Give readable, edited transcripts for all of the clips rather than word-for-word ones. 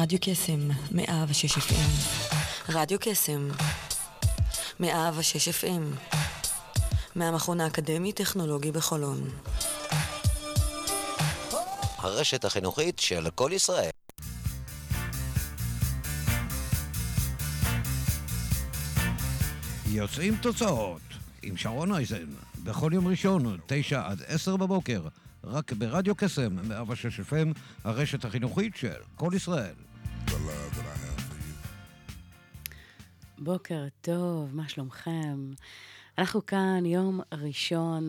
רדיו קסם, 106 FM. רדיו קסם, 106 FM. מהמכון האקדמי-טכנולוגי בחולון. הרשת החינוכית של כל ישראל. יוצאים תוצאות עם שרון אייזן בכל יום ראשון 9 עד 10 בבוקר רק ברדיו קסם 106 FM, הרשת החינוכית של כל ישראל. בוקר טוב, מה שלומכם? אנחנו כאן יום ראשון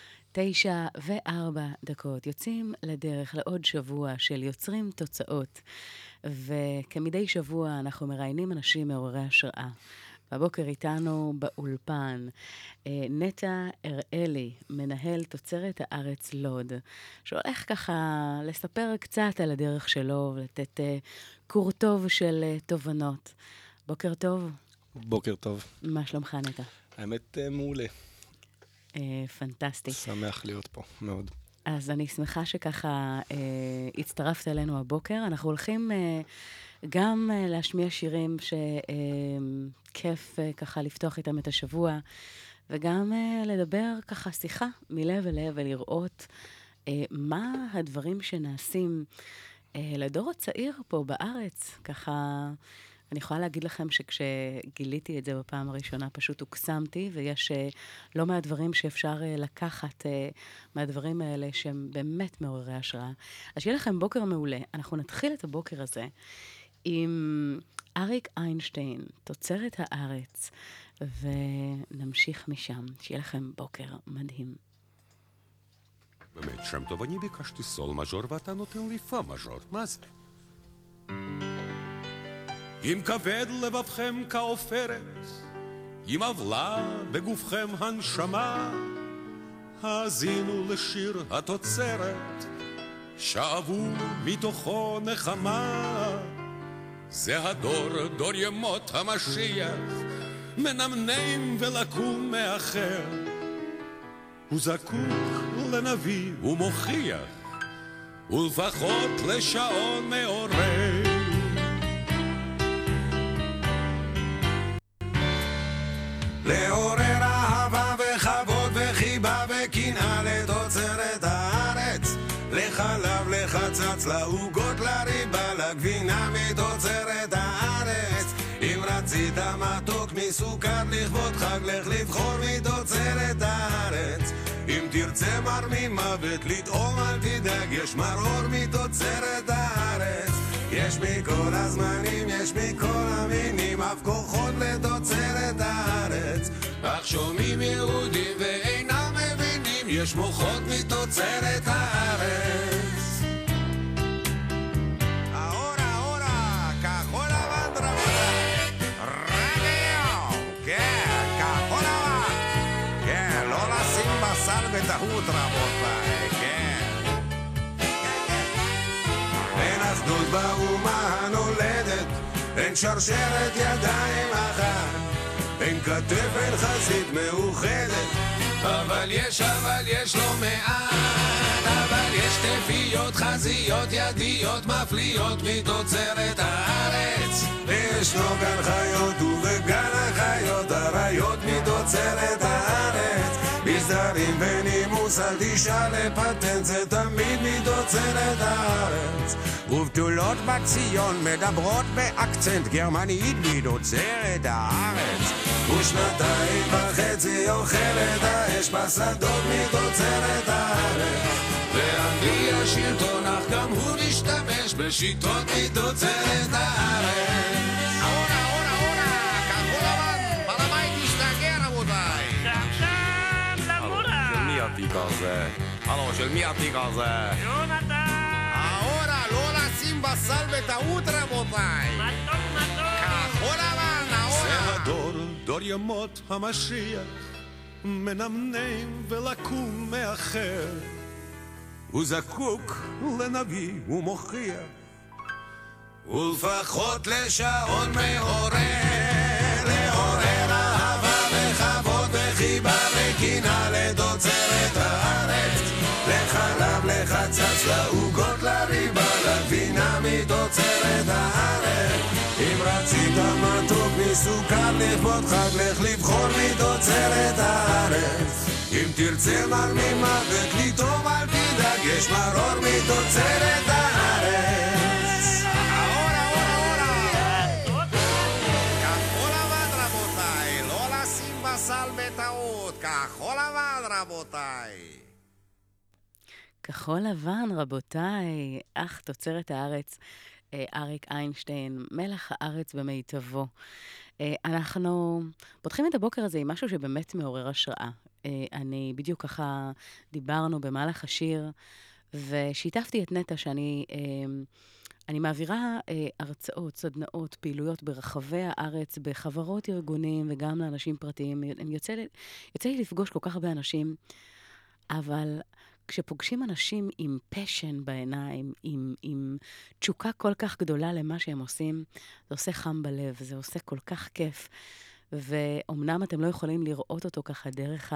9:04 יוצאים לדרך לעוד שבוע של יוצרים תוצאות, וכמדי שבוע אנחנו מראיינים אנשים מעוררי השראה. בבוקר איתנו באולפן נטע אראלי, מנהל תוצרת הארץ לוד, שהולך ככה לספר קצת על הדרך שלו ולתת קור טוב של תובנות. בוקר טוב. בוקר טוב. מה שלומך נטע? האמת מעולה. פנטסטי. שמח להיות פה, מאוד. אז אני שמחה שככה הצטרפת אלינו הבוקר. אנחנו הולכים גם להשמיע שירים שכיף ככה לפתוח איתם את השבוע, וגם לדבר ככה שיחה מלב אל לב ולראות מה הדברים שנעשים לדור הצעיר פה בארץ. ככה אני יכולה להגיד לכם שכשגיליתי את זה בפעם הראשונה פשוט הוקסמתי, ויש לא מעט דברים שאפשר לקחת מהדברים האלה שהם באמת מעוררי השראה. אז שיהיה לכם בוקר מעולה. אנחנו נתחיל את הבוקר הזה עם אריק איינשטיין, תוצרת הארץ, ונמשיך משם. שיהיה לכם בוקר מדהים. באמת, שם טוב, אני ביקשתי סול מז'ור ואתה נותן לי פה מז'ור. מה זה? אם כבד לבבכם כעופרת, אם עבלה בגופכם הנשמה, האזינו לשיר התוצרת, שאבו מתוכו נחמה. זה הדור, דור ימות המשיח, מנמנם ולקום מאחר. הוא זקוק לנביא ומוכיח, ולפחות לשעון מעורר. לעורר אהבה וכבוד וחיבה וקנאה לתוצרת הארץ, לחלב, לחצץ, לעוגות, לריבה, לגבינה מתוצרת הארץ. אם רצית מתוק מסוכר לכבוד חג, לך לבחור מתוצרת הארץ. אם תרצה מר ממוות לטעום אל תדאג, יש מרור מתוצרת הארץ. יש מכל הזמנים, יש מכל המינים, אף כוחות לתוצרת הארץ. אך שומעים יהודים ואינם מבינים, יש מוחות מתוצרת הארץ. אורה, כחול לבן רבותיי, רק היום, כן, כחול לבן, כן, לא לשים בשר בטעות רבותיי, כן. אין אחדות באומה הנולדת, אין שרשרת ידיים אחת, אין כתף, אין חזית מאוחדת, אבל יש לא מעט, אבל יש כתפיות, חזיות, ידיות מפליות מתוצרת הארץ. ישנו גן חיות ובגן החיות הריות מתוצרת הארץ. בסדרים ונימוס אל תשאל לפטנט, זה תמיד מתוצרת הארץ. ובתולות בציון מדברות באקצנט גרמנית מתוצרת הארץ. ושנתיים וחצי אוכלת האש בשדות מתוצרת הארץ. ואנגלי השלטון אך גם הוא משתמש בשיטות מתוצרת הארץ. אורה, כחול לבן, פרמאי תשתגע רבותיי. שעכשיו למורה. של מי התיק הזה? הלו, של מי התיק הזה? יונתן. האורה, לא לשים בסל בטעות רבותיי. מתוק. כחול לבן, האורה. זה הדור, דור ימות המשיח, מנמנם ולקום מאחר. הוא זקוק לנביא ומוכיח, ולפחות לשעון מעורר, לעורר אהבה וכבוד וחיבה וקנאה לתוצרת הארץ. לחלב, לחצץ, לעוגות, לריבה, לגבינה מתוצרת מתוצרת הארץ. אם רצית מתוק מסוכר לכבוד חג, לך לבחור מתוצרת הארץ. אם תרצה מר ממוות לטעום על פי דגש, מרור מתוצרת הארץ. כחול לבן רבותיי, לא לשים בסל בטעות, כחול לבן רבותיי. כחול לבן, רבותיי, תוצרת הארץ, אריק איינשטיין, מלח הארץ במיטבו. אנחנו פותחים את הבוקר הזה עם משהו שבאמת מעורר השראה. אני בדיוק ככה דיברנו במהלך השיר, ושיתפתי את נטע שאני מעבירה הרצאות, סדנאות, פעילויות ברחבי הארץ, בחברות ארגונים וגם לאנשים פרטיים. יוצא לי לפגוש כל כך הרבה אנשים, אבל כשפוגשים אנשים עם פשן בעיניים, עם תשוקה כל כך גדולה למה שהם עושים, זה עושה חם בלב, זה עושה כל כך כיף. ואומנם אתם לא יכולים לראות אותו ככה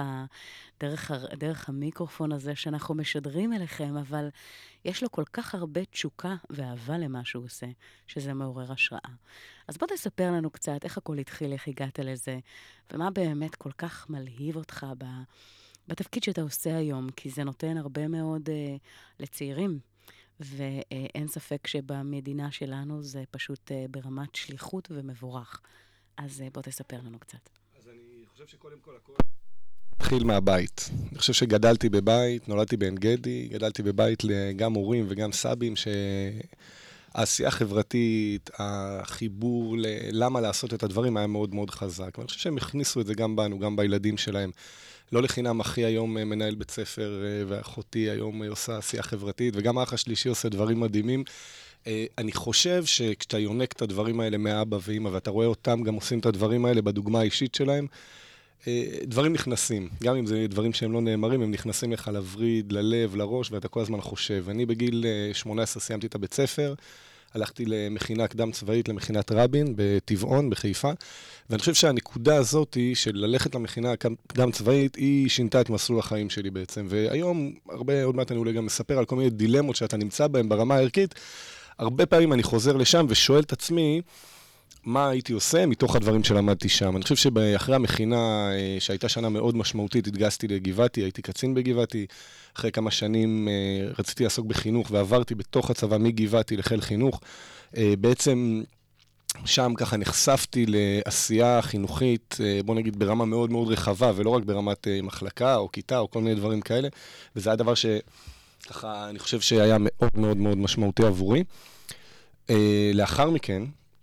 דרך המיקרופון הזה שאנחנו משדרים אליכם, אבל יש לו כל כך הרבה תשוקה ואהבה למה שהוא עושה, שזה מעורר השראה. אז בוא תספר לנו קצת איך הכל התחיל, איך הגעת לזה, ומה באמת כל כך מלהיב אותך בתפקיד שאתה עושה היום, כי זה נותן הרבה מאוד לצעירים, ואין ספק שבמדינה שלנו זה פשוט ברמת שליחות ומבורך. אז בוא תספר לנו קצת. אז אני חושב שקודם כל הכל התחיל מהבית. אני חושב שגדלתי בבית, נולדתי בעין גדי, גדלתי בבית גם הורים וגם סבים, שהעשייה החברתית, החיבור למה לעשות את הדברים היה מאוד מאוד חזק. ואני חושב שהם הכניסו את זה גם בנו, גם בילדים שלהם. לא לחינם, אחי היום מנהל בית ספר, ואחותי היום עושה עשייה חברתית, וגם האח השלישי עושה דברים מדהימים. אני חושב שכשאתה יונק את הדברים האלה מאבא ואמא, ואתה רואה אותם גם עושים את הדברים האלה בדוגמה האישית שלהם, דברים נכנסים. גם אם זה דברים שהם לא נאמרים, הם נכנסים לך לווריד, ללב, לראש, ואתה כל הזמן חושב. אני בגיל 18 סיימתי את הבית ספר, הלכתי למכינה קדם צבאית, למכינת רבין, בטבעון, בחיפה, ואני חושב שהנקודה הזאת היא של ללכת למכינה קדם צבאית, היא שינתה את מסלול החיים שלי בעצם. והיום, עוד מעט אני אולי גם מספר על כל מיני דילמות שאתה נמצא בהן ברמה הערכית, הרבה פעמים אני חוזר לשם ושואל את עצמי, מה הייתי עושה מתוך הדברים שלמדתי שם. אני חושב שאחרי המכינה, שהייתה שנה מאוד משמעותית, התגייסתי לגבעתי, הייתי קצין בגבעתי, אחרי כמה שנים רציתי לעסוק בחינוך, ועברתי בתוך הצבא מגבעתי לחיל חינוך. בעצם שם ככה נחשפתי לעשייה חינוכית, בוא נגיד ברמה מאוד מאוד רחבה, ולא רק ברמת מחלקה או כיתה או כל מיני דברים כאלה, וזה היה דבר ככה, אני חושב שהיה מאוד מאוד מאוד משמעותי עבורי. לאחר מכן,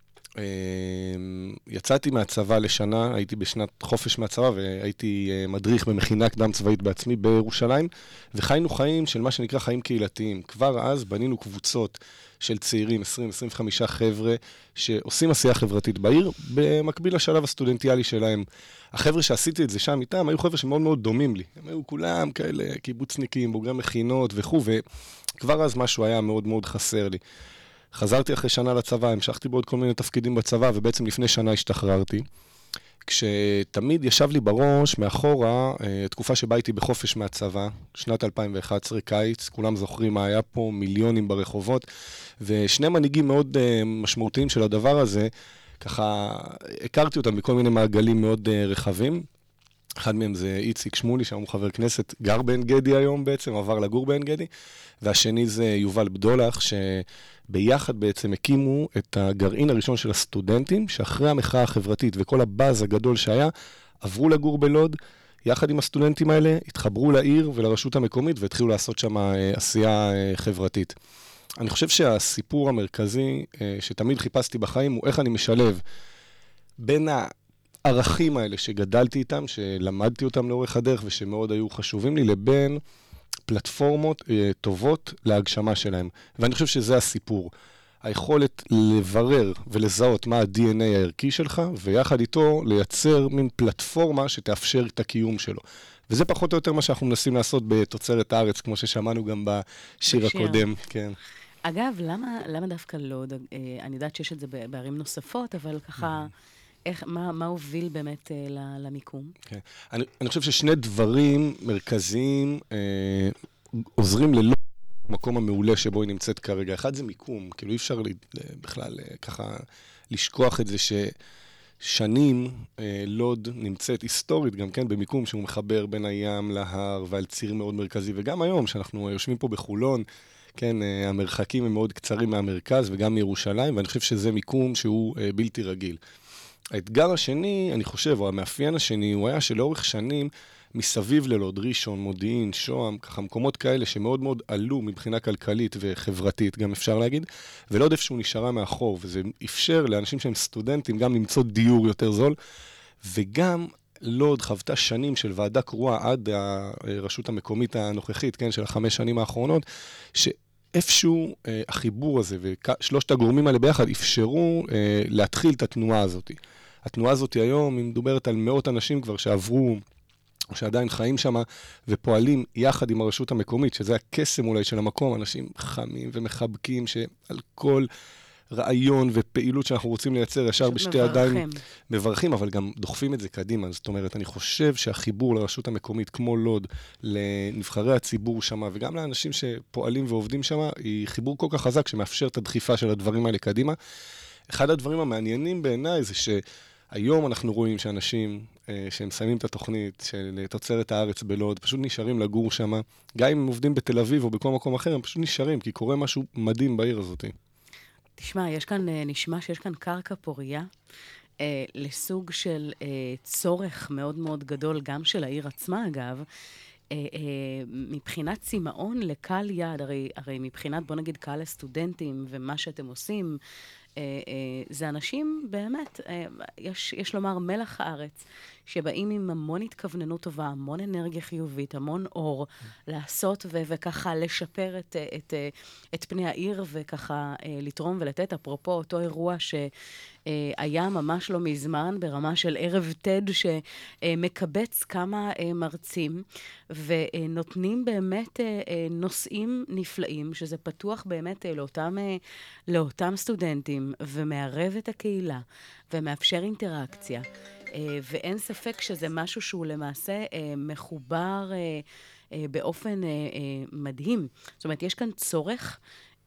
יצאתי מהצבא לשנה, הייתי בשנת חופש מהצבא, והייתי מדריך במכינה קדם צבאית בעצמי בירושלים, וחיינו חיים של מה שנקרא חיים קהילתיים. כבר אז בנינו קבוצות של צעירים, 20-25 חבר'ה, שעושים עשייה חברתית בעיר, במקביל לשלב הסטודנטיאלי שלהם. החבר'ה שעשיתי את זה שם איתם, היו חבר'ה שמאוד מאוד דומים לי. הם היו כולם כאלה קיבוצניקים, בוגרי מכינות וכו', וכבר אז משהו היה מאוד מאוד חסר לי. חזרתי אחרי שנה לצבא, המשכתי בעוד כל מיני תפקידים בצבא, ובעצם לפני שנה השתחררתי. כשתמיד ישב לי בראש, מאחורה, תקופה שבה הייתי בחופש מהצבא, שנת 2011, קיץ, כולם זוכרים מה היה פה, מיליונים ברחובות, ושני מנהיגים מאוד משמעותיים של הדבר הזה, ככה הכרתי אותם בכל מיני מעגלים מאוד רחבים. אחד מהם זה איציק שמולי, שהוא חבר כנסת, גר בעין גדי היום בעצם, עבר לגור בעין גדי, והשני זה יובל בדולח, שביחד בעצם הקימו את הגרעין הראשון של הסטודנטים, שאחרי המחאה החברתית וכל הבאז הגדול שהיה, עברו לגור בלוד, יחד עם הסטודנטים האלה, התחברו לעיר ולרשות המקומית, והתחילו לעשות שם עשייה חברתית. אני חושב שהסיפור המרכזי שתמיד חיפשתי בחיים, הוא איך אני משלב בין הערכים האלה שגדלתי איתם, שלמדתי אותם לאורך הדרך ושמאוד היו חשובים לי, לבין פלטפורמות טובות להגשמה שלהם. ואני חושב שזה הסיפור. היכולת לברר ולזהות מה ה-DNA הערכי שלך, ויחד איתו לייצר מין פלטפורמה שתאפשר את הקיום שלו. וזה פחות או יותר מה שאנחנו מנסים לעשות בתוצרת הארץ, כמו ששמענו גם בשיר הקודם. כן. אגב, למה דווקא לוד? אני יודעת שיש את זה בערים נוספות, אבל ככה, מה הוביל באמת למיקום? כן. אני חושב ששני דברים מרכזיים עוזרים ללוד המקום המעולה שבו היא נמצאת כרגע. אחד זה מיקום, כאילו אי אפשר בכלל ככה לשכוח את זה ששנים לוד נמצאת היסטורית גם כן במיקום שהוא מחבר בין הים להר ועל ציר מאוד מרכזי, וגם היום שאנחנו יושבים פה בחולון, כן, המרחקים הם מאוד קצרים מהמרכז וגם מירושלים, ואני חושב שזה מיקום שהוא בלתי רגיל. האתגר השני, אני חושב, או המאפיין השני, הוא היה שלאורך שנים מסביב ללוד, ראשון, מודיעין, שוהם, ככה מקומות כאלה שמאוד מאוד עלו מבחינה כלכלית וחברתית, גם אפשר להגיד, ולוד איפשהו נשארה מאחור, וזה אפשר לאנשים שהם סטודנטים גם למצוא דיור יותר זול, וגם לוד חוותה שנים של ועדה קרואה עד הרשות המקומית הנוכחית, כן, של 5 שנים האחרונות, שאיפשהו החיבור הזה ושלושת הגורמים האלה ביחד אפשרו להתחיל את התנועה הזאת. התנועה הזאת היום היא מדוברת על מאות אנשים כבר שעברו, או שעדיין חיים שם ופועלים יחד עם הרשות המקומית, שזה הקסם אולי של המקום, אנשים חמים ומחבקים שעל כל רעיון ופעילות שאנחנו רוצים לייצר ישר בשתי ידיים מברכים, אבל גם דוחפים את זה קדימה. זאת אומרת, אני חושב שהחיבור לרשות המקומית כמו לוד, לנבחרי הציבור שם, וגם לאנשים שפועלים ועובדים שם, היא חיבור כל כך חזק שמאפשר את הדחיפה של הדברים האלה קדימה. אחד הדברים המעניינים בעיניי זה שהיום אנחנו רואים שאנשים שהם מסיימים את התוכנית של תוצרת הארץ בלוד, פשוט נשארים לגור שם, גם אם הם עובדים בתל אביב או בכל מקום אחר, הם פשוט נשארים, כי קורה משהו מדהים בעיר הזאת. תשמע, נשמע שיש כאן קרקע פוריה, לסוג של צורך מאוד מאוד גדול, גם של העיר עצמה אגב, מבחינת צימאון לקהל יעד, הרי מבחינת, בוא נגיד, קהל הסטודנטים ומה שאתם עושים, זה אנשים באמת, יש לומר מלח הארץ, שבאים עם המון התכווננות טובה, המון אנרגיה חיובית, המון אור, לעשות וככה לשפר את פני העיר, וככה לתרום ולתת. אפרופו אותו אירוע שהיה ממש לא מזמן, ברמה של ערב תד, שמקבץ כמה מרצים, ונותנים באמת נושאים נפלאים, שזה פתוח באמת לאותם סטודנטים, ומערב את הקהילה, ומאפשר אינטראקציה. ואין ספק שזה משהו שהוא למעשה מחובר באופן מדהים. זאת אומרת, יש כאן צורך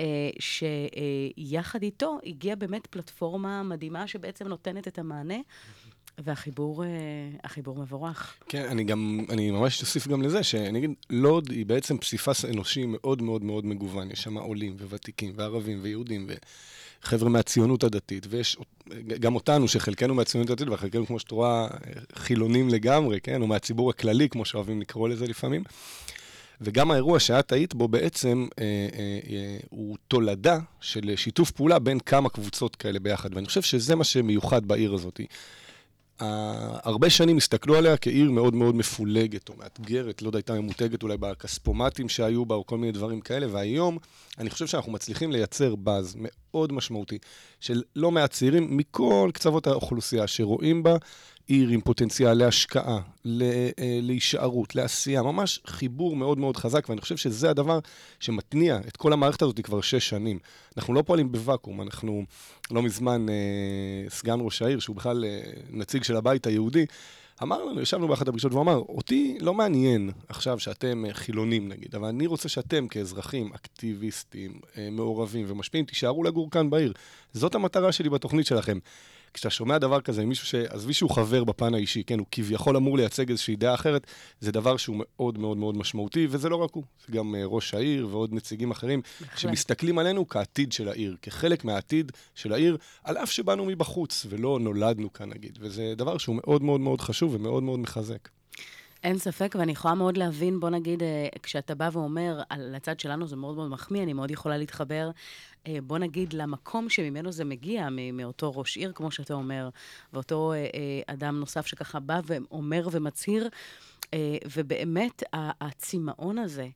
שיחד איתו הגיעה באמת פלטפורמה מדהימה שבעצם נותנת את המענה, והחיבור מבורך. כן, אני ממש אוסיף גם לזה, שאני אגיד, לוד היא בעצם פסיפס אנושי מאוד מאוד מאוד מגוון. יש שם עולים וותיקים וערבים ויהודים וחבר'ה מהציונות הדתית, ויש גם אותנו שחלקנו מהציונות הדתית, וחלקנו כמו שאת רואה חילונים לגמרי, כן? או מהציבור הכללי, כמו שאוהבים לקרוא לזה לפעמים. וגם האירוע שאת היית בו בעצם הוא תולדה של שיתוף פעולה בין כמה קבוצות כאלה ביחד, ואני חושב שזה מה שמיוחד בעיר הזאת. הרבה שנים הסתכלו עליה כעיר מאוד מאוד מפולגת או מאתגרת, לא הייתה ממותגת אולי בכספומטים שהיו בה או כל מיני דברים כאלה, והיום אני חושב שאנחנו מצליחים לייצר באז מאוד משמעותי של לא מעט צעירים מכל קצוות האוכלוסייה שרואים בה עיר עם פוטנציאל להשקעה, להישארות, לעשייה, ממש חיבור מאוד מאוד חזק, ואני חושב שזה הדבר שמתניע את כל המערכת הזאת כבר 6 שנים. אנחנו לא פועלים בוואקום, אנחנו לא מזמן סגן ראש העיר, שהוא בכלל נציג של הבית היהודי, אמר לנו, ישבנו באחת הפגישות, והוא אמר, אותי לא מעניין עכשיו שאתם חילונים נגיד, אבל אני רוצה שאתם כאזרחים, אקטיביסטים, מעורבים ומשפיעים, תישארו לגור כאן בעיר. זאת המטרה שלי בתוכנית שלכם. כשאתה שומע דבר כזה, מישהו שעזבי שהוא חבר בפן האישי, כן, הוא כביכול אמור לייצג איזושהי דעה אחרת, זה דבר שהוא מאוד מאוד מאוד משמעותי, וזה לא רק הוא, זה גם ראש העיר ועוד נציגים אחרים, שמסתכלים עלינו כעתיד של העיר, כחלק מהעתיד של העיר, על אף שבאנו מבחוץ, ולא נולדנו כאן נגיד, וזה דבר שהוא מאוד מאוד מאוד חשוב ומאוד מאוד מחזק. אין ספק, ואני יכולה מאוד להבין, בוא נגיד, כשאתה בא ואומר, על הצד שלנו זה מאוד מאוד מחמיא, אני מאוד יכולה להתחבר, בוא נגיד, למקום שממנו זה מגיע, מאותו ראש עיר, כמו שאתה אומר, ואותו אדם נוסף שככה בא ואומר ומצהיר, ובאמת הצימאון הזה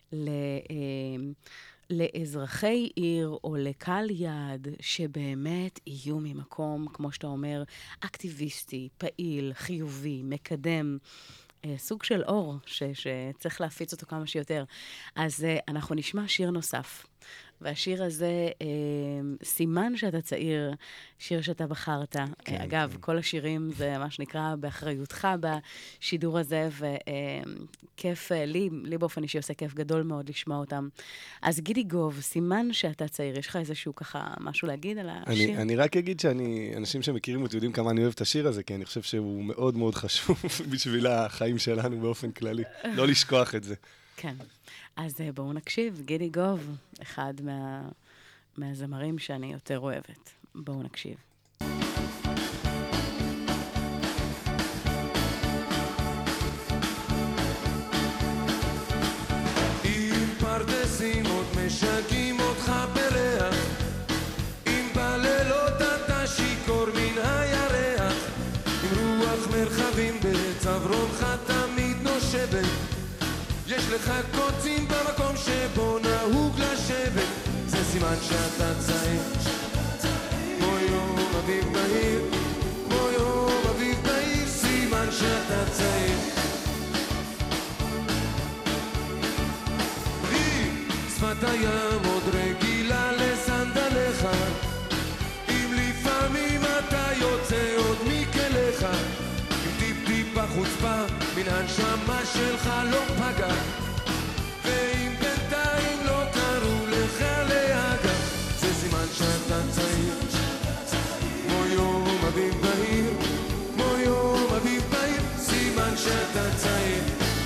לאזרחי עיר או לקהל יעד, שבאמת יהיו ממקום, כמו שאתה אומר, אקטיביסטי, פעיל, חיובי, מקדם, סוג של אור שצריך להפיץ אותו כמה שיותר. אז אנחנו נשמע שיר נוסף. והשיר הזה, סימן שאתה צעיר, שיר שאתה בחרת. כן, אגב, כן. כל השירים זה מה שנקרא באחריותך בשידור הזה, וכיף, לי באופן אישי עושה כיף גדול מאוד לשמוע אותם. אז גידי גוב, סימן שאתה צעיר, יש לך איזשהו ככה משהו להגיד על השיר? אני רק אגיד אנשים שמכירים אותי יודעים כמה אני אוהב את השיר הזה, כי אני חושב שהוא מאוד מאוד חשוב בשביל החיים שלנו באופן כללי. לא לשכוח את זה. כן. אז בואו נקשיב, גידי גוב, אחד מהזמרים שאני יותר אוהבת. בואו נקשיב. עם פרדסים עוד משקים אותך בריח, עם בלילות אתה שיקור מן הירח, עם רוח מרחבים בצווארונך תמיד נושבת, יש לך קוצים במקום שבו נהוג לשבת, זה סימן שאתה צעיר, כמו יום אביב בהיר, כמו יום אביב בהיר, סימן שאתה צעיר. שפת הים עוד רגילה לסנדליך, אם לפעמים אתה יוצא עוד מכליך, עם טיפ-טיפה חוצפה מן הנשמה שלך לא פגע, ואם בינתיים לא קראו לך להגע, זה סימן שאתה צעיר, כמו יום אביב בהיר, כמו יום אביב בהיר, סימן שאתה צעיר.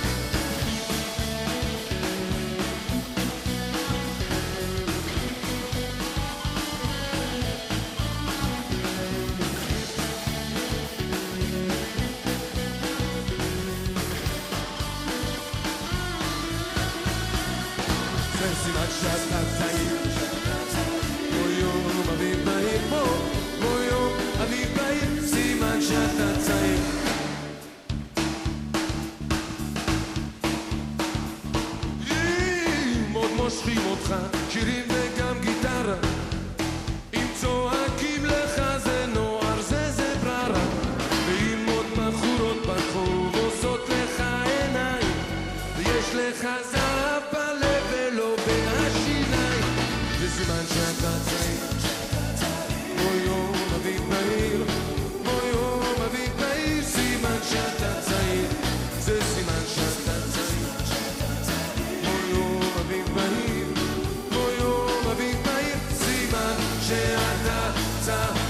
סימן שאתה צעיר, כמו יום אביב בהיר, כמו יום אביב בהיר, סימן שאתה צעיר. עוד מושכים אותך שירים וגם גיטרה, אם צועקים לך זה נוער זה בררה, ואם עוד בחורות ברחוב עושות לך עיניים, ויש לך זהב בלב ולא בין השיניים, זה סימן שאתה צעיר, כמו יום אביב בהיר, כמו יום אביב בהיר, סימן שאתה צעיר, זה סימן שאתה צעיר, כמו יום אביב בהיר, כמו יום אביב בהיר, סימן שאתה צעיר.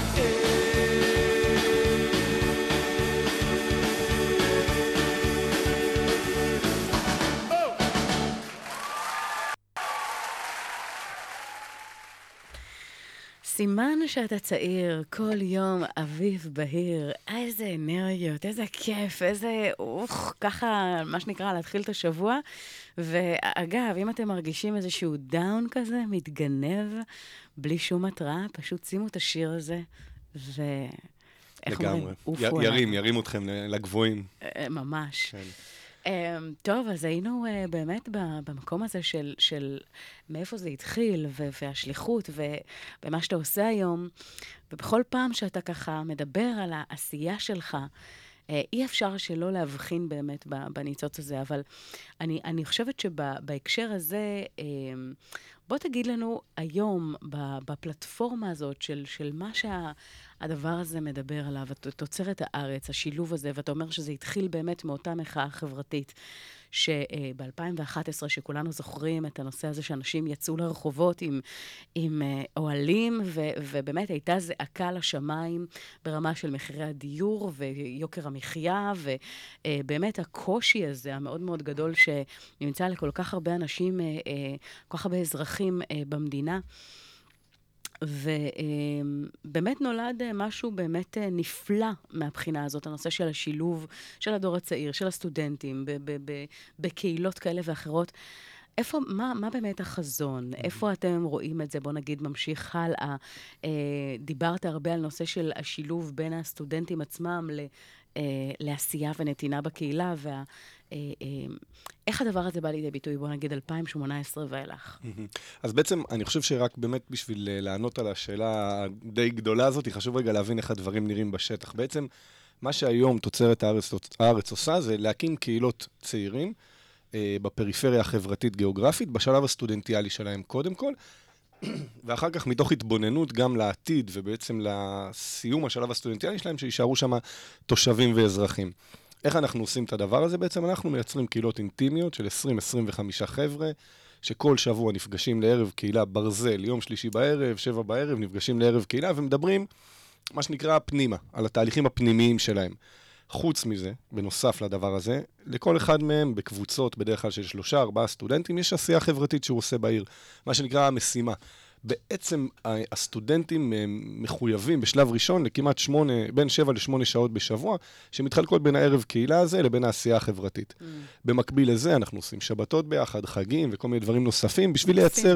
סימן שאתה צעיר, כל יום אביב בהיר, איזה אנרגיות, איזה כיף, איזה ככה, מה שנקרא, להתחיל את השבוע. ואגב, אם אתם מרגישים איזשהו דאון כזה, מתגנב, בלי שום התראה, פשוט שימו את השיר הזה, איך אומרים? ירים אתכם לגבוהים. ממש. כן. טוב, אז היינו באמת במקום הזה של מאיפה זה התחיל, והשליחות, ומה שאתה עושה היום, ובכל פעם שאתה ככה מדבר על העשייה שלך, אי אפשר שלא להבחין באמת בניצוץ הזה, אבל אני חושבת שבהקשר הזה, בוא תגיד לנו היום, בפלטפורמה הזאת של מה שהדבר הזה מדבר עליו, תוצרת הארץ, השילוב הזה, ואתה אומר שזה התחיל באמת מאותה מחאה חברתית, שב-2011, שכולנו זוכרים את הנושא הזה שאנשים יצאו לרחובות עם אוהלים, ובאמת הייתה זעקה לשמיים ברמה של מחירי הדיור ויוקר המחיה, ובאמת הקושי הזה המאוד מאוד גדול שנמצא לכל כך הרבה אנשים, כל כך הרבה אזרחים במדינה. ובאמת נולד משהו באמת נפלא מהבחינה הזאת, הנושא של השילוב של הדור הצעיר, של הסטודנטים, בקהילות כאלה ואחרות. מה באמת החזון? איפה אתם רואים את זה? בוא נגיד, ממשיך הלאה. דיברת הרבה על נושא של השילוב בין הסטודנטים עצמם לעשייה ונתינה בקהילה, איך הדבר הזה בא לידי ביטוי? בוא נגיד 2018 ואילך. אז בעצם אני חושב שרק באמת בשביל לענות על השאלה הדי גדולה הזאת, חשוב רגע להבין איך הדברים נראים בשטח. בעצם מה שהיום תוצרת הארץ עושה זה להקים קהילות צעירים בפריפריה החברתית-גיאוגרפית, בשלב הסטודנטיאלי שלהם קודם כל, ואחר כך מתוך התבוננות גם לעתיד, ובעצם לסיום השלב הסטודנטיאלי שלהם, שישארו שם תושבים ואזרחים. איך אנחנו עושים את הדבר הזה? בעצם אנחנו מייצרים קהילות אינטימיות של 20-25 חבר'ה, שכל שבוע נפגשים לערב קהילה ברזל, יום שלישי בערב, 7 בערב, נפגשים לערב קהילה, ומדברים, מה שנקרא פנימה, על התהליכים הפנימיים שלהם. חוץ מזה, בנוסף לדבר הזה, לכל אחד מהם בקבוצות, בדרך כלל של 3-4 סטודנטים, יש עשייה חברתית שהוא עושה בעיר, מה שנקרא המשימה. בעצם הסטודנטים מחויבים בשלב ראשון לכמעט בין 7 ל-8 שעות בשבוע, שמתחלקות בין הערב קהילה הזה לבין העשייה החברתית. במקביל לזה אנחנו עושים שבתות ביחד, חגים וכל מיני דברים נוספים, בשביל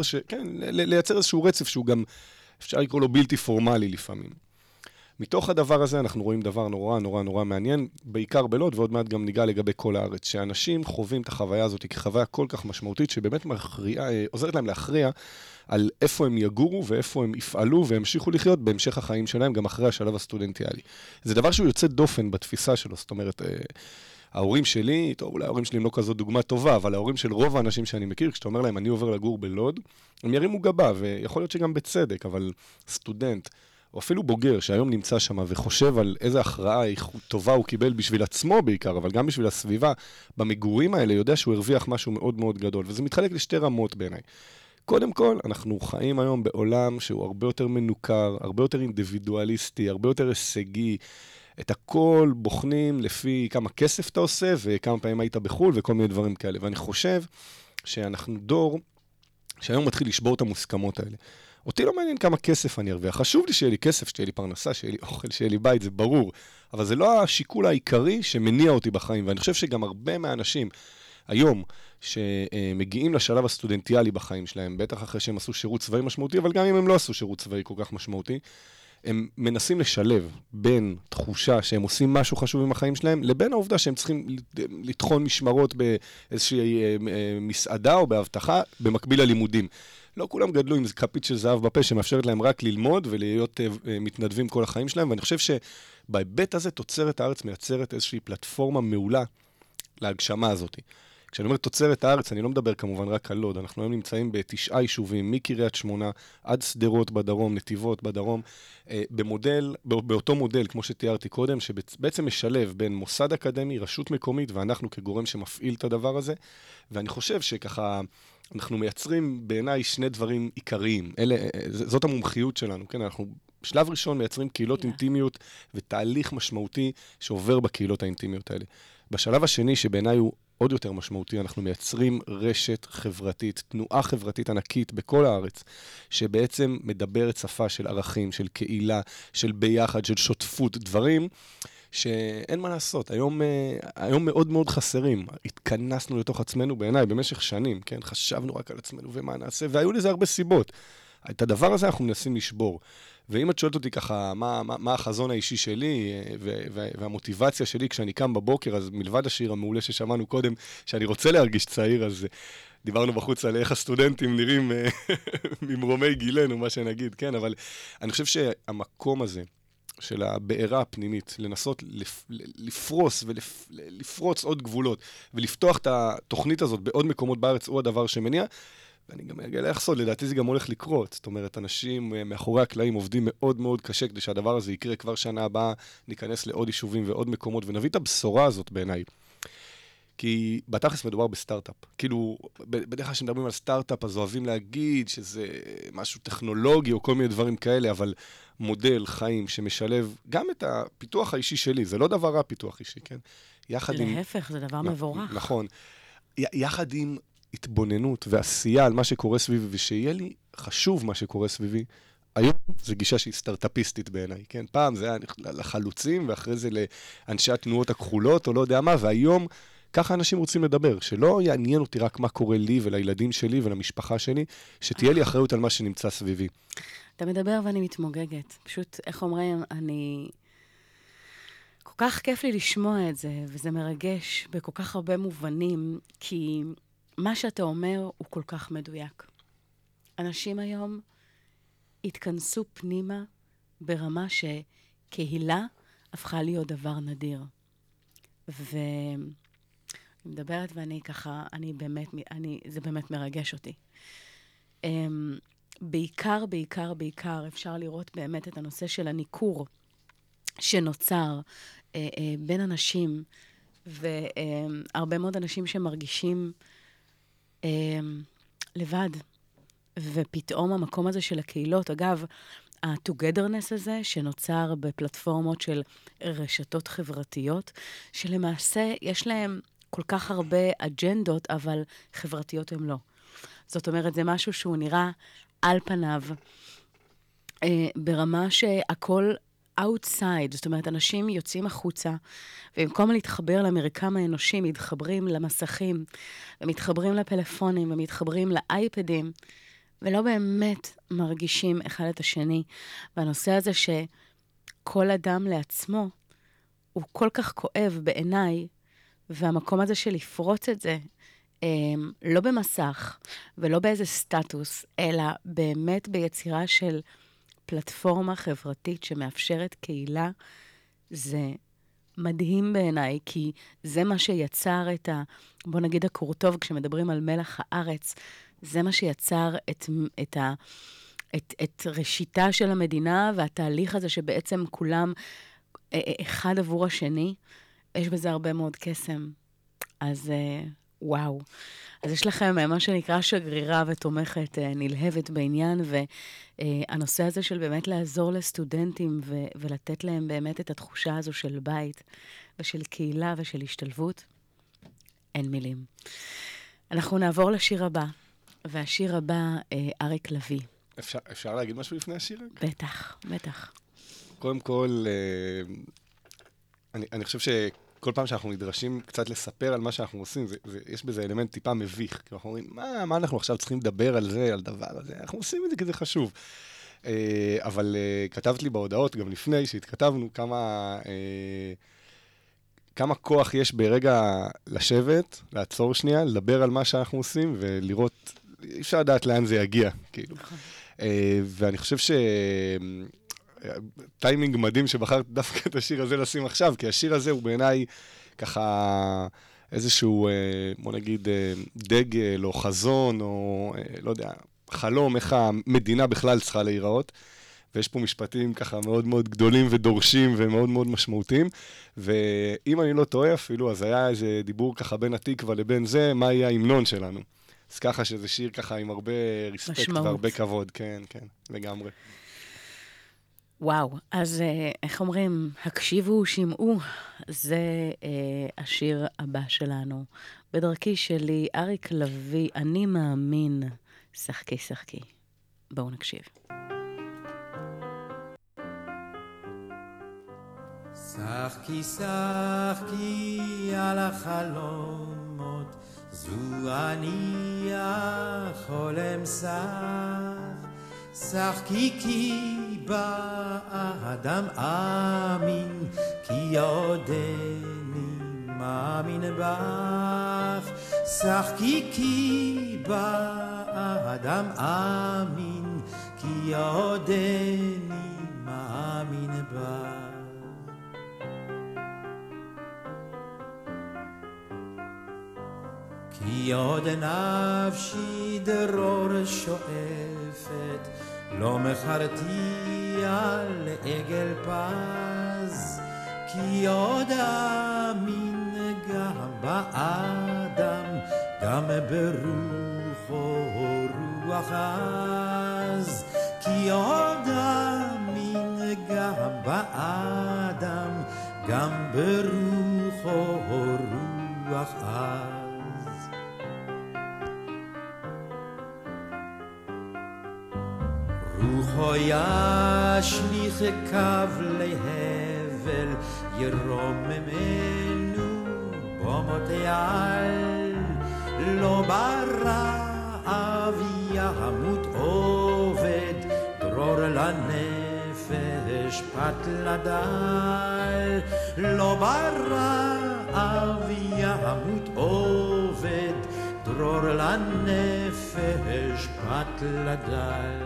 לייצר איזשהו רצף שהוא גם, אפשר לקרוא לו בלתי פורמלי לפעמים. מתוך הדבר הזה אנחנו רואים דבר נורא נורא נורא מעניין, בעיקר בלוד, ועוד מעט גם ניגע לגבי כל הארץ, שאנשים חווים את החוויה הזאת כחוויה כל כך משמעותית, שבאמת עוזרת להם להכריע על איפה הם יגורו ואיפה הם יפעלו והמשיכו לחיות בהמשך החיים שלהם, גם אחרי השלב הסטודנטיאלי. זה דבר שהוא יוצא דופן בתפיסה שלו, זאת אומרת, ההורים שלי, טוב, אולי ההורים שלי הם לא כזו דוגמה טובה, אבל ההורים של רוב האנשים שאני מכיר, כשאתה אומר להם, אני עובר לגור בלוד, הם ירימו גבה, ויכול להיות שגם בצדק, אבל סטודנט, או אפילו בוגר שהיום נמצא שם וחושב על איזה הכרעה טובה הוא קיבל בשביל עצמו בעיקר, אבל גם בשביל הסביבה, במגורים האלה יודע שהוא הרוויח משהו מאוד מאוד גדול, וזה מתחלק לשתי רמות בעיניי. קודם כל, אנחנו חיים היום בעולם שהוא הרבה יותר מנוכר, הרבה יותר אינדיבידואליסטי, הרבה יותר הישגי, את הכל בוחנים לפי כמה כסף אתה עושה וכמה פעמים היית בחול וכל מיני דברים כאלה, ואני חושב שאנחנו דור שהיום מתחיל לשבור את המוסכמות האלה. אותי לא מעניין כמה כסף אני ארוויח. חשוב לי שיהיה לי כסף, שתהיה לי פרנסה, שיהיה לי אוכל, שיהיה לי בית, זה ברור. אבל זה לא השיקול העיקרי שמניע אותי בחיים. ואני חושב שגם הרבה מהאנשים היום שמגיעים לשלב הסטודנטיאלי בחיים שלהם, בטח אחרי שהם עשו שירות צבאי משמעותי, אבל גם אם הם לא עשו שירות צבאי כל כך משמעותי, הם מנסים לשלב בין תחושה שהם עושים משהו חשוב עם החיים שלהם, לבין העובדה שהם צריכים לטחון משמרות באיזושהי מסעדה או בהבטחה במקביל ללימודים. לא כולם גדלו עם כפית של זהב בפה שמאפשרת להם רק ללמוד ולהיות מתנדבים כל החיים שלהם, ואני חושב שבהיבט הזה תוצרת הארץ מייצרת איזושהי פלטפורמה מעולה להגשמה הזאת. כשאני אומר תוצרת הארץ, אני לא מדבר כמובן רק על לוד, אנחנו היום נמצאים ב9 יישובים, מקריית שמונה עד סדרות בדרום, נתיבות בדרום, באותו מודל, כמו שתיארתי קודם, שבעצם משלב בין מוסד אקדמי, רשות מקומית, ואנחנו כגורם שמפעיל את הדבר הזה, ואני חושב שככה אנחנו מייצרים בעיניי שני דברים עיקריים. זאת המומחיות שלנו, כן? אנחנו בשלב ראשון מייצרים קהילות אינטימיות ותהליך משמעותי שעובר בקהילות האינטימיות האלה. בשלב השני, שבעיניי הוא עוד יותר משמעותי, אנחנו מייצרים רשת חברתית, תנועה חברתית ענקית בכל הארץ, שבעצם מדברת שפה של ערכים, של קהילה, של ביחד, של שותפות, דברים שאין מה לעשות. היום מאוד מאוד חסרים. התכנסנו לתוך עצמנו בעיניי במשך שנים, כן? חשבנו רק על עצמנו ומה נעשה, והיו לזה הרבה סיבות. את הדבר הזה אנחנו מנסים לשבור. ואם את שואלת אותי ככה, מה החזון האישי שלי והמוטיבציה שלי כשאני קם בבוקר, אז מלבד השיר המעולה ששמענו קודם, שאני רוצה להרגיש צעיר, אז דיברנו בחוץ על איך הסטודנטים נראים ממרומי גילנו, מה שנגיד, כן? אבל אני חושב שהמקום הזה של הבעירה הפנימית, לנסות לפרוס ולפרוץ עוד גבולות, ולפתוח את התוכנית הזאת בעוד מקומות בארץ, הוא הדבר שמניע, ואני גם אגלה לך סוד, לדעתי זה גם הולך לקרות. זאת אומרת, אנשים מאחורי הקלעים עובדים מאוד מאוד קשה כדי שהדבר הזה יקרה כבר שנה הבאה, ניכנס לעוד יישובים ועוד מקומות, ונביא את הבשורה הזאת בעיניי. כי בתכלס מדובר בסטארט-אפ. כאילו, בדרך כלל שמדברים על סטארט-אפ, אז אוהבים להגיד שזה משהו טכנולוגי או כל מיני דברים כאלה, אבל מודל חיים שמשלב גם את הפיתוח האישי שלי, זה לא דבר רע פיתוח אישי, כן? להפך, זה דבר מבורך. נכון. יחד עם התבוננות ועשייה על מה שקורה סביבי, ושיהיה לי חשוב מה שקורה סביבי, היום זו גישה שהיא סטארט-אפיסטית בעיניי, כן? פעם זה היה לחלוצים, ואחרי זה לאנשי התנועות הכחולות, או לא יודע מה, והיום ככה אנשים רוצים לדבר, שלא יעניין אותי רק מה קורה לי ולילדים שלי ולמשפחה שלי, שתהיה לי אחריות על מה שנמצא סביבי. אתה מדבר ואני מתמוגגת. פשוט, איך אומרים, כל כך כיף לי לשמוע את זה, וזה מרגש בכל כך הרבה מובנים, כי מה שאתה אומר הוא כל כך מדויק. אנשים היום התכנסו פנימה ברמה שקהילה הפכה להיות דבר נדיר. ואני מדברת ואני ככה, זה באמת מרגש אותי. בעיקר אפשר לראות באמת את הנושא של הניכור שנוצר בין אנשים, והרבה מאוד אנשים שמרגישים לבד, ופתאום המקום הזה של הקהילות, אגב, ה-togetherness הזה שנוצר בפלטפורמות של רשתות חברתיות, שלמעשה יש להם כל כך הרבה אג'נדות, אבל חברתיות הם לא. זאת אומרת, זה משהו שהוא נראה על פניו, ברמה שהכל outside, זאת אומרת, אנשים יוצאים החוצה, ובמקום להתחבר למרקם האנושי, מתחברים למסכים, ומתחברים לפלאפונים, ומתחברים לאייפדים, ולא באמת מרגישים אחד את השני. והנושא הזה שכל אדם לעצמו, הוא כל כך כואב בעיניי, והמקום הזה של לפרוץ את זה, לא במסך, ולא באיזה סטטוס, אלא באמת ביצירה של פלטפורמה חברתית שמאפשרת קהילה, זה מדהים בעיניי, כי זה מה שיצר את בוא נגיד הקורטוב, כשמדברים על מלח הארץ, זה מה שיצר את ראשיתה של המדינה, והתהליך הזה שבעצם כולם אחד עבור השני, יש בזה הרבה מאוד קסם. אז וואו. אז יש לכם מה שנקרא שגרירה ותומכת נלהבת בעניין, והנושא הזה של באמת לעזור לסטודנטים ולתת להם באמת את התחושה הזו של בית ושל קהילה ושל השתלבות, אין מילים. אנחנו נעבור לשיר הבא, והשיר הבא, אריק לביא. אפשר להגיד משהו לפני השיר? בטח. קודם כל, אני חושב שכל פעם שאנחנו נדרשים קצת לספר על מה שאנחנו עושים, יש בזה אלמנט טיפה מביך. כי אנחנו אומרים, מה אנחנו עכשיו צריכים לדבר על זה, על דבר הזה? אנחנו עושים את זה כי זה חשוב. אבל כתבת לי בהודעות, גם לפני שהתכתבנו, כמה כוח יש ברגע לשבת, לעצור שנייה, לדבר על מה שאנחנו עושים, ולראות, אי אפשר לדעת לאן זה יגיע, כאילו. ואני חושב טיימינג מדהים שבחרת דווקא את השיר הזה לשים עכשיו, כי השיר הזה הוא בעיניי ככה איזשהו, בוא נגיד, דגל או חזון, או לא יודע, חלום, איך המדינה בכלל צריכה להיראות. ויש פה משפטים ככה מאוד מאוד גדולים ודורשים ומאוד מאוד משמעותיים. ואם אני לא טועה אפילו, אז היה איזה דיבור ככה בין התקווה לבין זה, מה יהיה ההמנון שלנו. אז ככה שזה שיר ככה עם הרבה ריספקט והרבה כבוד. כן, לגמרי. וואו, אז איך אומרים, הקשיבו, שמעו, זה השיר הבא שלנו. בדרכי שלי, אריק לביא, אני מאמין, שחקי. בואו נקשיב. שחקי על החלומות, זו אני החולם שחקי כי באדם אמין, כי עודני מאמין בך. שחקי כי באדם אמין, כי עודני מאמין בך. כי עוד נפשי דרור שואפת, לא מכרתי על עגל פז, כי עוד אמין גם באדם, גם ברוחו רוח עז. כי עוד אמין גם באדם, גם ברוחו רוח עז. רוחו ישליך קו להבל, ירוממנו במותי על. לא ברעב ימות עובד, דרור לנפש פת לדל. לא ברעב ימות עובד, דרור לנפש פת לדל.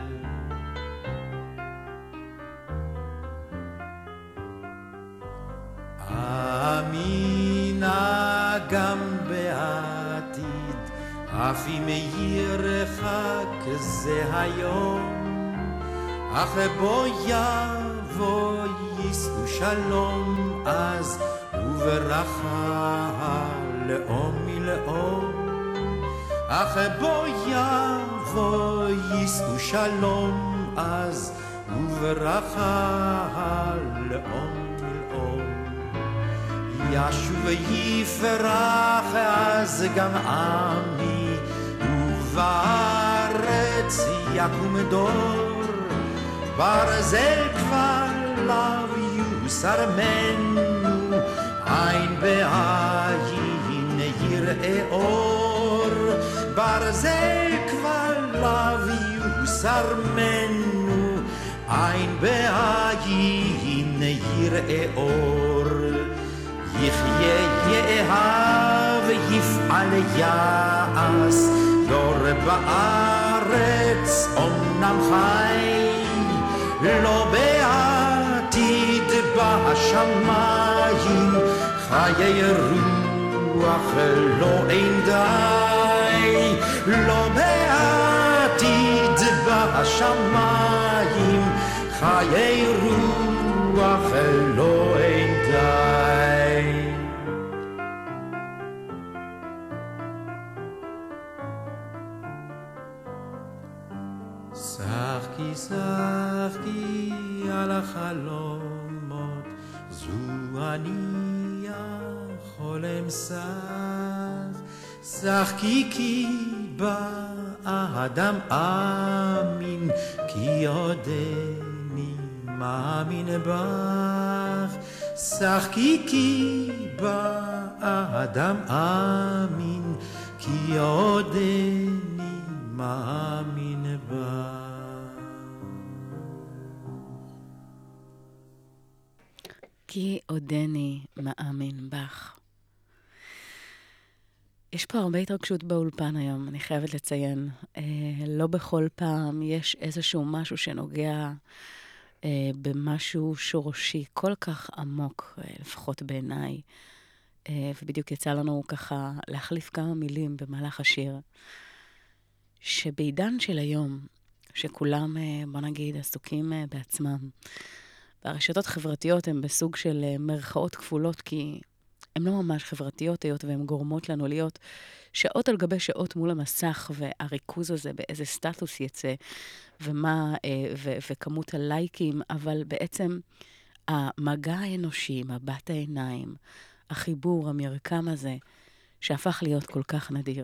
אמינה גם בעתיד, אף אם ירחק זה היום, אך בו יבוא יישאו שלום, אז וברכה לאום מלאום. אך בו יבוא יישאו שלום, אז וברכה לאום מלאום. ישוב יפרח אז גם עמי, ובארץ יקום דור, ברזל כבר לאו יוסר מנו, עין בעין יראה אור. ברזל כבר לאו יוסר מנו, עין בעין יראה אור. יחיה יאהב יפעל יעש, דור בארץ אומנם חי, לא בעתיד בשמיים, חיי רוח לא אין די. לא בעתיד בשמיים, חיי רוח לא אין די. שחקי שחקי על החלומות, זו אני החולם שח. שחקי כי באדם אמין, כי עודני מאמין בך. שחקי כי באדם אמין, כי עודני מאמין בך. כי עודני מאמין בך. יש פה הרבה התרגשות באולפן היום, אני חייבת לציין. לא בכל פעם יש איזשהו משהו שנוגע במשהו שורשי כל כך עמוק, לפחות בעיניי. ובדיוק יצא לנו ככה להחליף כמה מילים במהלך השיר. שבעידן של היום, שכולם, בוא נגיד, עסוקים בעצמם, והרשתות חברתיות הן בסוג של מרכאות כפולות, כי הן לא ממש חברתיות היות, והן גורמות לנו להיות שעות על גבי שעות מול המסך, והריכוז הזה באיזה סטטוס יצא, ומה, וכמות הלייקים, אבל בעצם המגע האנושי, מבט העיניים, החיבור, המרקם הזה, שהפך להיות כל כך נדיר.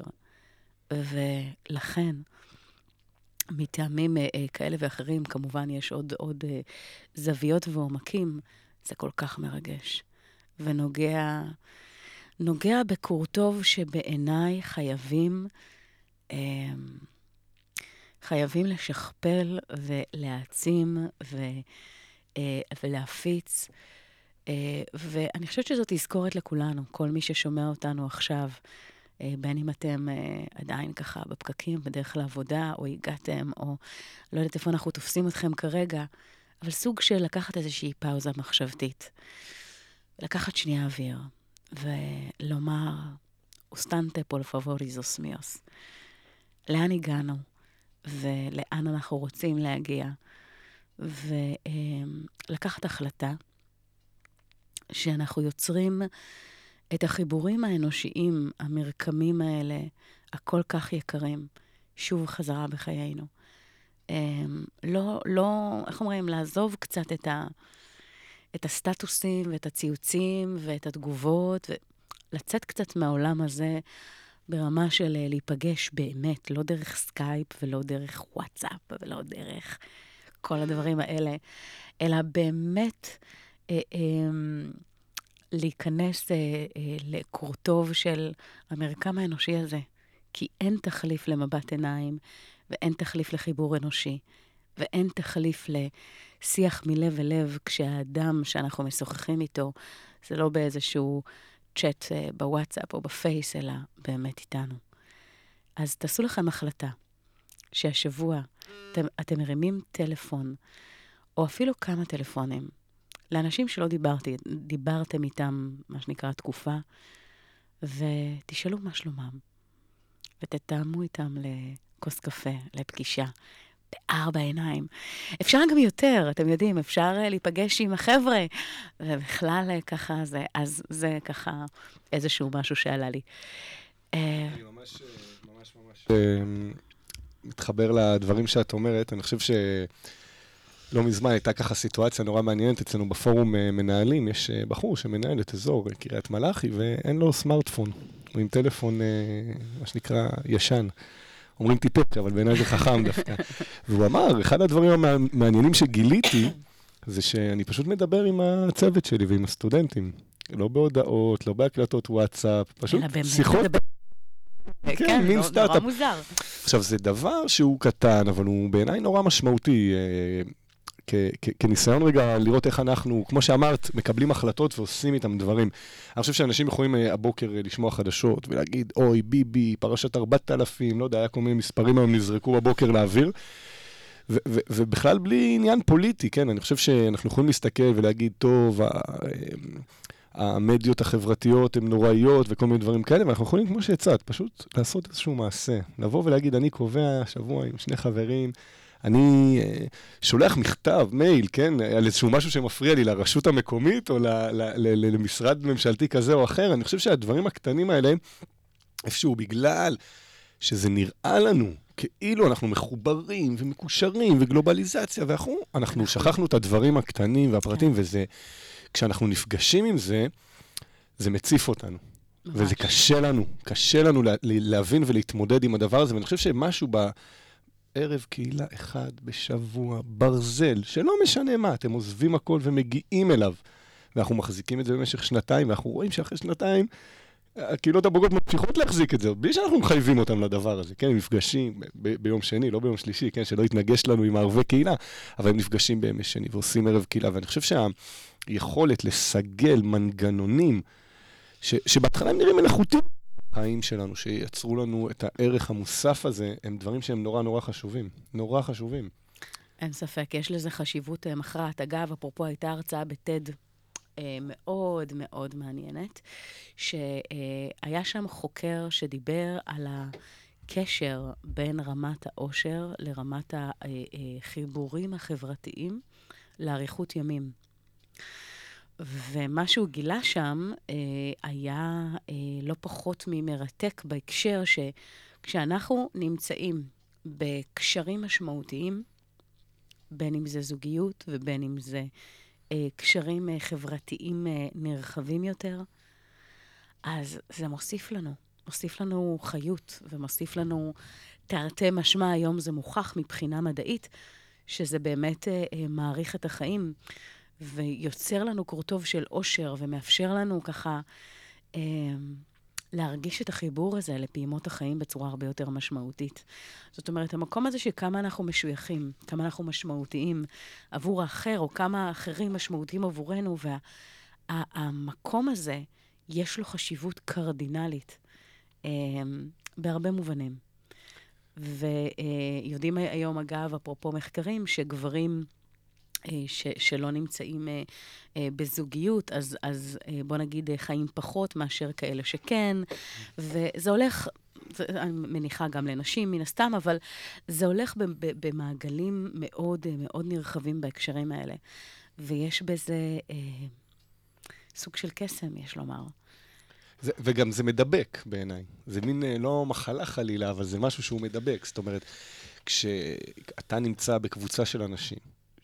ולכן, מטעמים כאלה ואחרים, כמובן יש עוד זוויות ועומקים, זה כל כך מרגש. ונוגע בקורטוב שבעיניי חייבים לשכפל ולהעצים ולהפיץ. ואני חושבת שזאת תזכורת לכולנו, כל מי ששומע אותנו עכשיו, בין אם אתם עדיין ככה בפקקים, בדרך לעבודה, או הגעתם, או לא יודעת איפה אנחנו תופסים אתכם כרגע, אבל סוג של לקחת איזושהי פאוזה מחשבתית. לקחת שנייה אוויר, ולומר, אוסטנטה פול פבוריזוס מיוס. לאן הגענו, ולאן אנחנו רוצים להגיע, ולקחת החלטה, שאנחנו יוצרים את החיבורים האנושיים, המרקמים האלה, הכל כך יקרים, שוב חזרה בחיינו. לא, איך אומרים, לעזוב קצת את הסטטוסים ואת הציוצים ואת התגובות, ולצאת קצת מהעולם הזה ברמה של להיפגש באמת, לא דרך סקייפ ולא דרך וואטסאפ ולא דרך כל הדברים האלה, אלא באמת להיכנס לקורטוב של המרקם האנושי הזה, כי אין תחליף למבט עיניים, ואין תחליף לחיבור אנושי, ואין תחליף לשיח מלב אל לב, כשהאדם שאנחנו משוחחים איתו, זה לא באיזשהו צ'אט בוואטסאפ או בפייס, אלא באמת איתנו. אז תעשו לכם החלטה, שהשבוע אתם מרימים טלפון, או אפילו כמה טלפונים, לאנשים שלא דיברתם איתם, מה שנקרא תקופה, ותשאלו מה שלומם. ותתאמו איתם לכוס קפה, לפגישה, בארבע עיניים. אפשר גם יותר, אתם יודעים, אפשר להיפגש עם החבר'ה, ובכלל ככה אז זה ככה איזשהו משהו שעלה לי. אני ממש מתחבר לדברים שאת אומרת. אני חושב שלא מזמן הייתה ככה סיטואציה נורא מעניינת אצלנו בפורום מנהלים. יש בחור שמנהל את אזור קריית מלאכי ואין לו סמארטפון. הוא עם טלפון, מה שנקרא, ישן. אומרים טיפק, אבל בעיניי זה חכם דווקא. והוא אמר, אחד הדברים המעניינים שגיליתי, זה שאני פשוט מדבר עם הצוות שלי ועם הסטודנטים. לא בהודעות, לא בהקלטות וואטסאפ, פשוט שיחות. כן, נורא מוזר. עכשיו, זה דבר שהוא קטן, אבל הוא בעיניי נורא משמעותי. כניסיון רגע לראות איך אנחנו, כמו שאמרת, מקבלים החלטות ועושים איתם דברים. אני חושב שאנשים יכולים הבוקר לשמוע חדשות ולהגיד, אוי, ביבי, פרשת 4,000, לא יודע, היה כל מיני מספרים היום נזרקו בבוקר לאוויר, ובכלל בלי עניין פוליטי, כן? אני חושב שאנחנו יכולים להסתכל ולהגיד, טוב, המדיות החברתיות הן נוראיות וכל מיני דברים כאלה, ואנחנו יכולים, כמו שהצעת, פשוט לעשות איזשהו מעשה. לבוא ולהגיד, אני קובע שבוע עם שני חברים, אני שולח מכתב, מייל, כן, על איזשהו משהו שמפריע לי לרשות המקומית או למשרד ממשלתי כזה או אחר. אני חושב שהדברים הקטנים האלה, איפשהו בגלל שזה נראה לנו כאילו אנחנו מחוברים ומקושרים וגלובליזציה, ואנחנו שכחנו את הדברים הקטנים והפרטים, וזה, כשאנחנו נפגשים עם זה, זה מציף אותנו. וזה קשה לנו להבין ולהתמודד עם הדבר הזה, ואני חושב שמשהו ערב קהילה אחד בשבוע, ברזל, שלא משנה מה, אתם עוזבים הכל ומגיעים אליו. ואנחנו מחזיקים את זה במשך שנתיים, ואנחנו רואים שאחרי שנתיים, הקהילות הבוגרות ממשיכות להחזיק את זה, בלי שאנחנו מחייבים אותם לדבר הזה, כן, הם נפגשים ביום שני, לא ביום שלישי, כן, שלא יתנגש לנו עם הערבי קהילה, אבל הם נפגשים בימי שני ועושים ערב קהילה, ואני חושב שהיכולת לסגל מנגנונים, שבהתחלה הם נראים מלאכותיים, החיים שלנו, שיצרו לנו את הערך המוסף הזה, הם דברים שהם נורא נורא חשובים. נורא חשובים. אין ספק, יש לזה חשיבות מכרעת. אגב, אפרופו הייתה הרצאה בטד מאוד מאוד מעניינת, שהיה שם חוקר שדיבר על הקשר בין רמת העושר לרמת החיבורים החברתיים לאריכות ימים. ומה שהוא גילה שם היה לא פחות ממרתק בהקשר שכשאנחנו נמצאים בקשרים משמעותיים, בין אם זה זוגיות ובין אם זה קשרים חברתיים נרחבים יותר, אז זה מוסיף לנו חיות ומוסיף לנו תרתי משמע. היום זה מוכח מבחינה מדעית שזה באמת מעריך את החיים. ויוצר לנו קורטוב של אושר, ומאפשר לנו ככה להרגיש את החיבור הזה לפעימות החיים בצורה הרבה יותר משמעותית. זאת אומרת, המקום הזה שכמה אנחנו משויכים, כמה אנחנו משמעותיים עבור האחר, או כמה האחרים משמעותיים עבורנו, והמקום הזה יש לו חשיבות קרדינלית בהרבה מובנים. ויודעים היום, אגב, אפרופו מחקרים, שגברים שלא נמצאים בזוגיות, אז בוא נגיד חיים פחות מאשר כאלה שכן, וזה הולך, אני מניחה גם לנשים מן הסתם, אבל זה הולך במעגלים מאוד מאוד נרחבים בהקשרים האלה, ויש בזה סוג של קסם, יש לומר. וגם זה מדבק בעיניי. זה מין לא מחלה חלילה, אבל זה משהו שהוא מדבק. זאת אומרת, כשאתה נמצא בקבוצה של אנשים,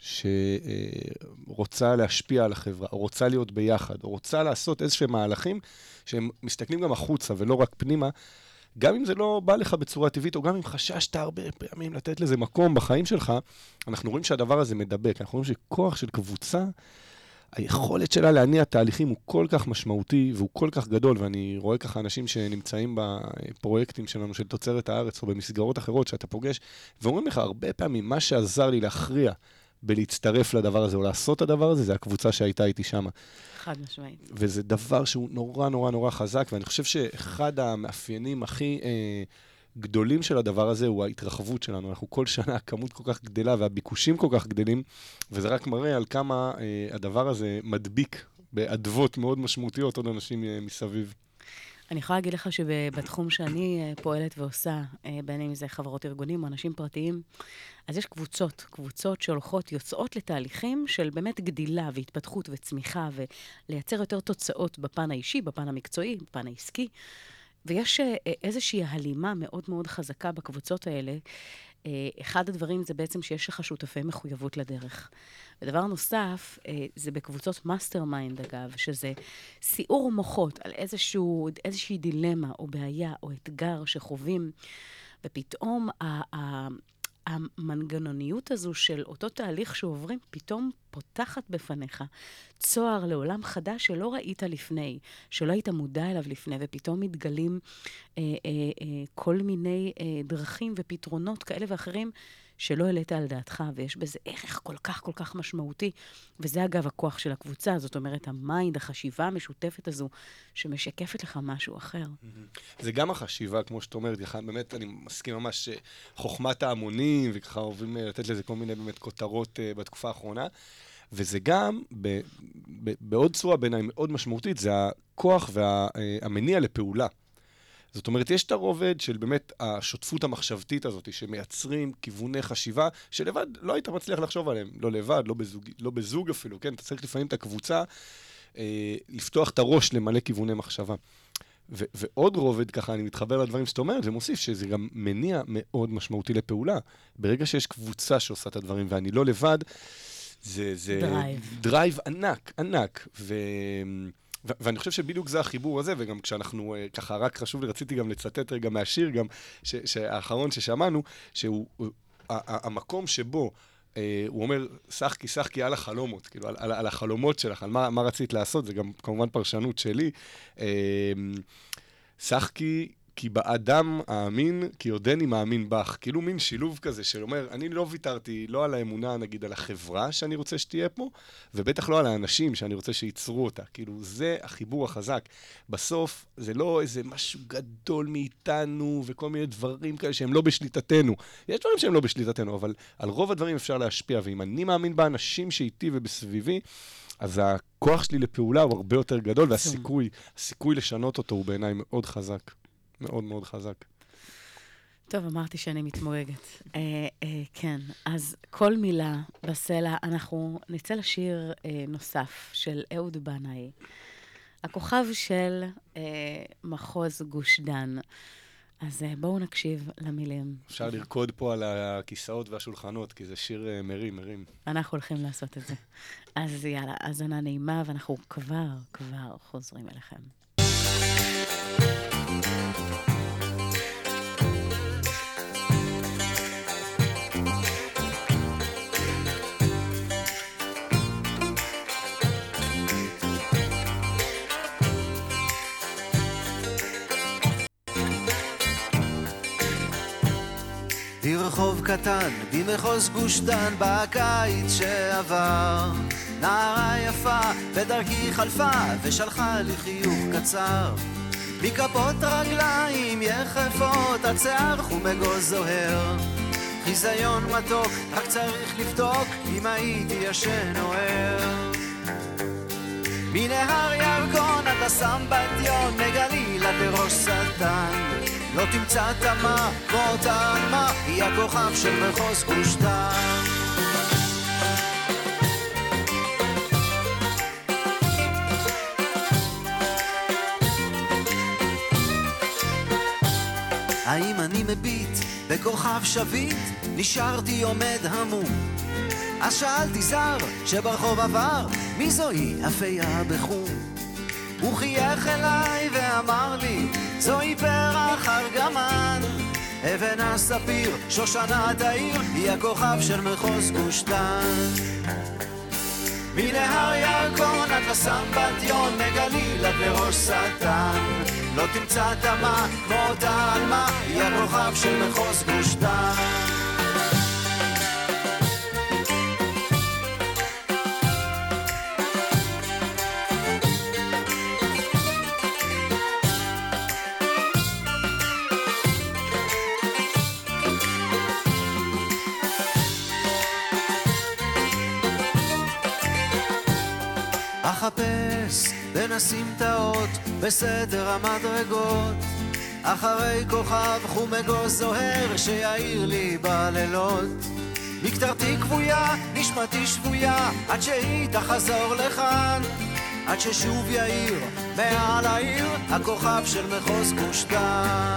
שרוצה להשפיע על החברה, או רוצה להיות ביחד, או רוצה לעשות איזשהם מהלכים שהם מסתכלים גם החוצה ולא רק פנימה, גם אם זה לא בא לך בצורה טבעית, או גם אם חששת הרבה פעמים לתת לזה מקום בחיים שלך, אנחנו רואים שהדבר הזה מדבק. אנחנו רואים שכוח של קבוצה, היכולת שלה להניע תהליכים הוא כל כך משמעותי, והוא כל כך גדול, ואני רואה ככה אנשים שנמצאים בפרויקטים שלנו של תוצרת הארץ, או במסגרות אחרות שאתה פוגש, ואומרים לך הרבה פעמים, מה שעזר לי להכריע בלהצטרף לדבר הזה, או לעשות את הדבר הזה, זה הקבוצה שהייתה איתי שמה. חד משמעית. וזה דבר שהוא נורא נורא נורא חזק, ואני חושב שאחד המאפיינים הכי גדולים של הדבר הזה הוא ההתרחבות שלנו. אנחנו כל שנה הכמות כל כך גדלה, והביקושים כל כך גדלים, וזה רק מראה על כמה הדבר הזה מדביק באדוות מאוד משמעותיות עוד אנשים מסביב. אני יכולה להגיד לך שבתחום שאני פועלת ועושה, בין אם זה חברות ארגונים או אנשים פרטיים, אז יש קבוצות שהולכות, יוצאות לתהליכים של באמת גדילה והתפתחות וצמיחה, ולייצר יותר תוצאות בפן האישי, בפן המקצועי, בפן העסקי. ויש איזושהי הלימה מאוד מאוד חזקה בקבוצות האלה. אחד הדברים זה בעצם שיש לך שותפי מחויבות לדרך. ודבר נוסף, זה בקבוצות מאסטר מיינד, אגב, שזה סיעור מוחות על איזושהי דילמה או בעיה או אתגר שחווים, ופתאום המנגנוניות הזו של אותו תהליך שעוברים, פתאום פותחת בפניך צוהר לעולם חדש שלא ראית לפני, שלא היית מודע אליו לפני, ופתאום מתגלים כל מיני דרכים ופתרונות כאלה ואחרים שלא העלית על דעתך, ויש בזה ערך כל כך כל כך משמעותי, וזה אגב הכוח של הקבוצה, זאת אומרת, המיינד, החשיבה המשותפת הזו, שמשקפת לך משהו אחר. זה גם החשיבה, כמו שאת אומרת, באמת אני מסכים ממש חוכמת ההמונים, וככה אוהבים לתת לזה כל מיני באמת כותרות בתקופה האחרונה, וזה גם, בעוד צורה בעיניי מאוד משמעותית, זה הכוח והמניע לפעולה. זאת אומרת, יש את הרובד של באמת השותפות המחשבתית הזאת, שמייצרים כיווני חשיבה, שלבד לא היית מצליח לחשוב עליהם. לא לבד, לא בזוג אפילו, כן? אתה צריך לפעמים את הקבוצה, לפתוח את הראש למלא כיווני מחשבה. ועוד רובד, ככה אני מתחבר לדברים שאתה אומרת, ומוסיף שזה גם מניע מאוד משמעותי לפעולה. ברגע שיש קבוצה שעושה את הדברים, ואני לא לבד, זה דרייב ענק. ואני חושב שבדיוק זה החיבור הזה, וגם כשאנחנו, ככה רק חשוב לי, רציתי גם לצטט רגע מהשיר, גם האחרון ששמענו, שהוא המקום שבו הוא אומר, שחקי על החלומות, כאילו על החלומות שלך, על מה רצית לעשות, זה גם כמובן פרשנות שלי, שחקי כי באדם האמין, כי עודני מאמין בך. כאילו מין שילוב כזה שאומר, אני לא ויתרתי לא על האמונה, נגיד, על החברה שאני רוצה שתהיה פה, ובטח לא על האנשים שאני רוצה שייצרו אותה. כאילו, זה החיבור החזק. בסוף, זה לא איזה משהו גדול מאיתנו, וכל מיני דברים כאלה שהם לא בשליטתנו. יש דברים שהם לא בשליטתנו, אבל על רוב הדברים אפשר להשפיע, ואם אני מאמין באנשים שאיתי ובסביבי, אז הכוח שלי לפעולה הוא הרבה יותר גדול, והסיכוי לשנות אותו הוא בעיניי מאוד חזק. מאוד מאוד חזק. טוב, אמרתי שאני מתמוגגת. כן, אז כל מילה בסלע, אנחנו נצא לשיר נוסף של אהוד בנאי, הכוכב של מחוז גוש דן. אז בואו נקשיב למילים. אפשר לרקוד פה על הכיסאות והשולחנות, כי זה שיר מרים. אנחנו הולכים לעשות את זה. אז יאללה, האזנה נעימה, ואנחנו כבר חוזרים אליכם. ברחוב קטן, במחוז גוש דן, בקיץ שעבר, נערה יפה בדרכי חלפה ושלחה לי חיוך קצר. מכפות רגליים יחפות, השיער חומגו זוהר, חיזיון מתוק, רק צריך לבדוק אם הייתי ישן או ער. מנהר ירקון עד לסמבטיון, מגליל עד לראש סרטן, לא תמצא תמה כמו אותה עלמה, היא הכוכב של מחוז גוש דן. האם אני מביט בכוכב שביט, נשארתי עומד המום, אז שאלתי זר שברחוב עבר, מי זוהי אפיה בחום? הוא חייך אליי ואמר לי, זוהי פרח ארגמן, אבן הספיר, שושנת העיר, היא הכוכב של מחוז גוש דן. מנהר ירקון עד לסמבטיון, מגליל עד לראש סרטן, לא תמצא תמה כמו אותה עלמה, היא הכוכב של מחוז גוש דן. אחפש ונשים את האות בסדר המדרגות. אחרי כוכב חום אגוז זוהר שיעיר לי בלילות. מקטרתי כבויה, נשמתי שבויה, עד שהיא תחזור לכאן, עד ששוב יאיר מעל העיר הכוכב של מחוז גוש דן.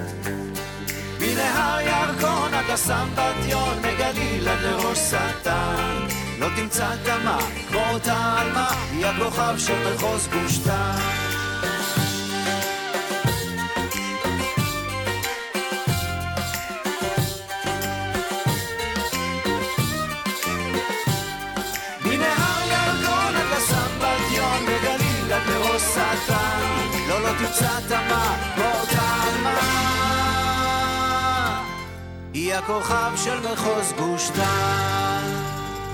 מנהר ירקון עד הסמבטיון, מגליל עד לראש סרטן, לא תמצא תמה כמו אותה אלמה, היא הכוכב של מחוז גוש דן. לא תמצא תמה באותה אלמה, היא הכוכב של מחוז גוש דן.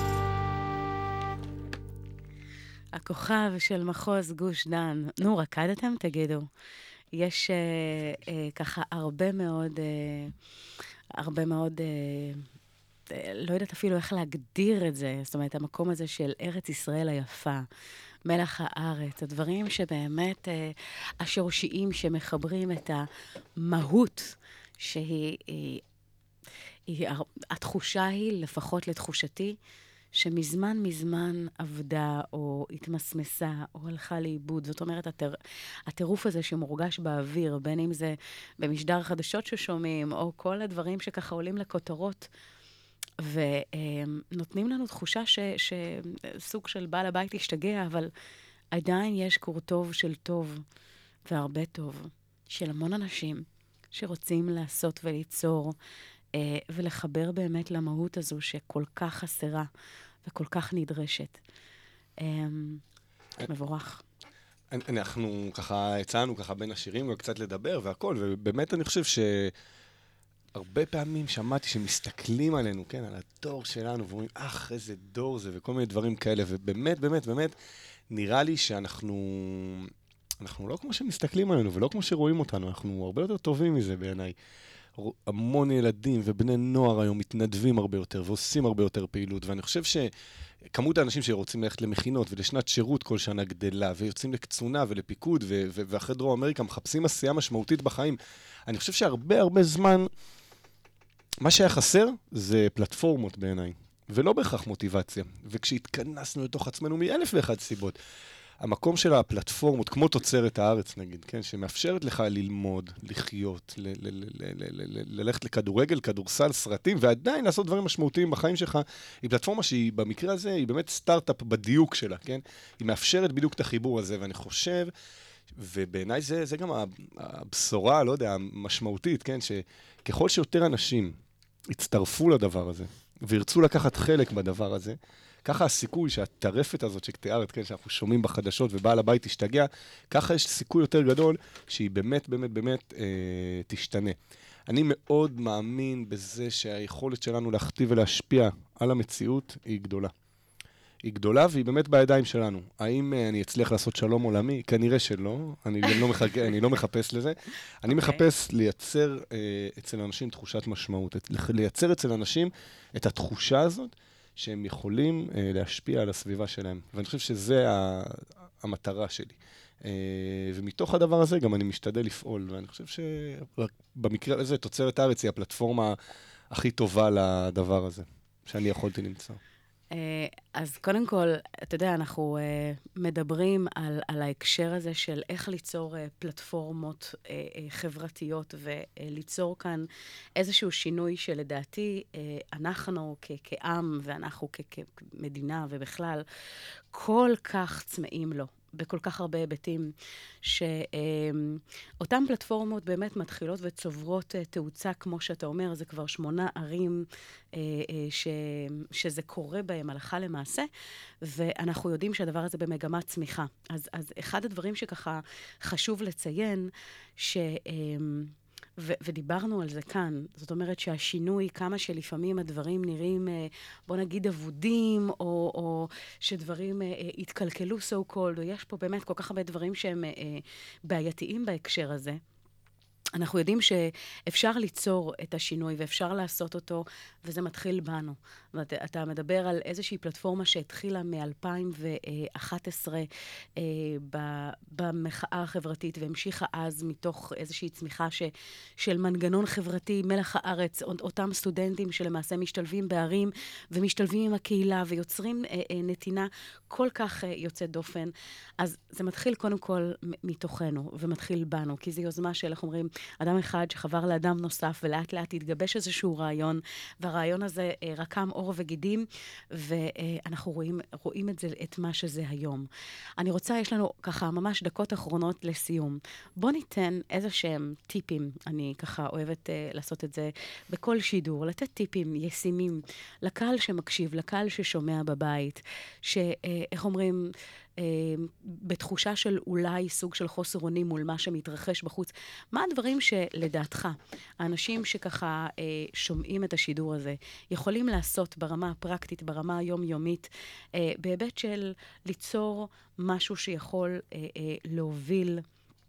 הכוכב של מחוז גוש דן. נו, רקדתם? תגידו. יש ככה הרבה מאוד, לא יודעת אפילו איך להגדיר את זה, זאת אומרת, המקום הזה של ארץ ישראל היפה, מלח הארץ, הדברים שבאמת השורשיים שמחברים את המהות שהיא, התחושה היא, לפחות לתחושתי, שמזמן עבדה או התמסמסה או הלכה לאיבוד. זאת אומרת, הטירוף הזה שמורגש באוויר, בין אם זה במשדר חדשות ששומעים, או כל הדברים שככה עולים לכותרות, ונותנים לנו תחושה שסוג של בעל הבית השתגע, אבל עדיין יש קורטוב של טוב, והרבה טוב, של המון אנשים שרוצים לעשות וליצור, ולחבר באמת למהות הזו שכל כך חסרה וכל כך נדרשת. מבורך. אנחנו ככה יצאנו ככה בין השירים וקצת לדבר והכל, ובאמת אני חושב הרבה פעמים שמעתי שמסתכלים עלינו, כן, על הדור שלנו, ואומרים, איזה דור זה, וכל מיני דברים כאלה, ובאמת, באמת, באמת, נראה לי שאנחנו לא כמו שמסתכלים עלינו, ולא כמו שרואים אותנו, אנחנו הרבה יותר טובים מזה בעיניי. המון ילדים ובני נוער היום מתנדבים הרבה יותר, ועושים הרבה יותר פעילות, ואני חושב שכמות האנשים שרוצים ללכת למכינות ולשנת שירות כל שנה גדלה, ויוצאים לקצונה ולפיקוד, ואחרי דרום אמריקה מחפשים עשייה משמעותית בחיים. אני חושב שהרבה זמן, מה שהיה חסר זה פלטפורמות בעיניי, ולא בהכרח מוטיבציה. וכשהתכנסנו לתוך עצמנו מאלף ואחת סיבות, המקום של הפלטפורמות, כמו תוצרת הארץ נגיד, כן, שמאפשרת לך ללמוד, לחיות, ללכת לכדורגל, כדורסל, סרטים, ועדיין לעשות דברים משמעותיים בחיים שלך, היא פלטפורמה שהיא במקרה הזה, היא באמת סטארט-אפ בדיוק שלה, כן? היא מאפשרת בדיוק את החיבור הזה, ואני חושב, ובעיניי זה גם הבשורה, לא יודע, המשמעותית, כן, שככל שיותר אנשים יצטרפו לדבר הזה, וירצו לקחת חלק בדבר הזה, ככה הסיכוי שהטרפת הזאת שתיארת, כן, שאנחנו שומעים בחדשות ובעל הבית תשתגע, ככה יש סיכוי יותר גדול שהיא באמת תשתנה. אני מאוד מאמין בזה שהיכולת שלנו להכתיב ולהשפיע על המציאות היא גדולה. היא גדולה והיא באמת בידיים שלנו. האם אני אצליח לעשות שלום עולמי? כנראה שלא. אני לא מחפש לזה. אני מחפש לייצר אצל אנשים תחושת משמעות. לייצר אצל אנשים את התחושה הזאת שהם יכולים להשפיע על הסביבה שלהם. ואני חושב שזה המטרה שלי. ומתוך הדבר הזה גם אני משתדל לפעול. ואני חושב שבמקרה הזה תוצרת הארץ היא הפלטפורמה הכי טובה לדבר הזה, שאני יכולתי למצוא. אז קודם כל, אתה יודע, אנחנו מדברים על ההקשר הזה של איך ליצור פלטפורמות חברתיות וליצור כאן איזשהו שינוי שלדעתי אנחנו כעם ואנחנו כמדינה ובכלל כל כך צמאים לו. בכל כך הרבה היבטים, שאותן פלטפורמות באמת מתחילות וצוברות תאוצה, כמו שאתה אומר, זה כבר 8 ערים שזה קורה בהם הלכה למעשה, ואנחנו יודעים שהדבר הזה במגמת צמיחה. אז אחד הדברים שככה חשוב לציין, ודיברנו על זה כאן, זאת אומרת שהשינוי, כמה שלפעמים הדברים נראים, בוא נגיד, אבודים, או שדברים התקלקלו so called, או יש פה באמת כל כך הרבה דברים שהם בעייתיים בהקשר הזה. אנחנו יודעים שאפשר ליצור את השינוי ואפשר לעשות אותו, וזה מתחיל בנו. אתה מדבר על איזושהי פלטפורמה שהתחילה מ-2011 במחאה החברתית, והמשיכה אז מתוך איזושהי צמיחה של מנגנון חברתי, מלח הארץ, אותם סטודנטים שלמעשה משתלבים בערים, ומשתלבים עם הקהילה, ויוצרים נתינה כל כך יוצאת דופן. אז זה מתחיל קודם כל מתוכנו, ומתחיל בנו, כי זו יוזמה של, איך אומרים, אדם אחד שחבר לאדם נוסף, ולאט לאט התגבש איזשהו רעיון, והרעיון הזה רקם אור וגידים, ואנחנו רואים את מה שזה היום. אני רוצה, יש לנו ככה ממש דקות אחרונות לסיום. בוא ניתן איזה שהם טיפים, אני ככה אוהבת לעשות את זה בכל שידור, לתת טיפים ישימים לקהל שמקשיב, לקהל ששומע בבית, שאיך אומרים, בתחושה של אולי סוג של חוסר אונים מול מה שמתרחש בחוץ. מה הדברים שלדעתך, האנשים שככה שומעים את השידור הזה, יכולים לעשות ברמה הפרקטית, ברמה היומיומית, בהיבט של ליצור משהו שיכול להוביל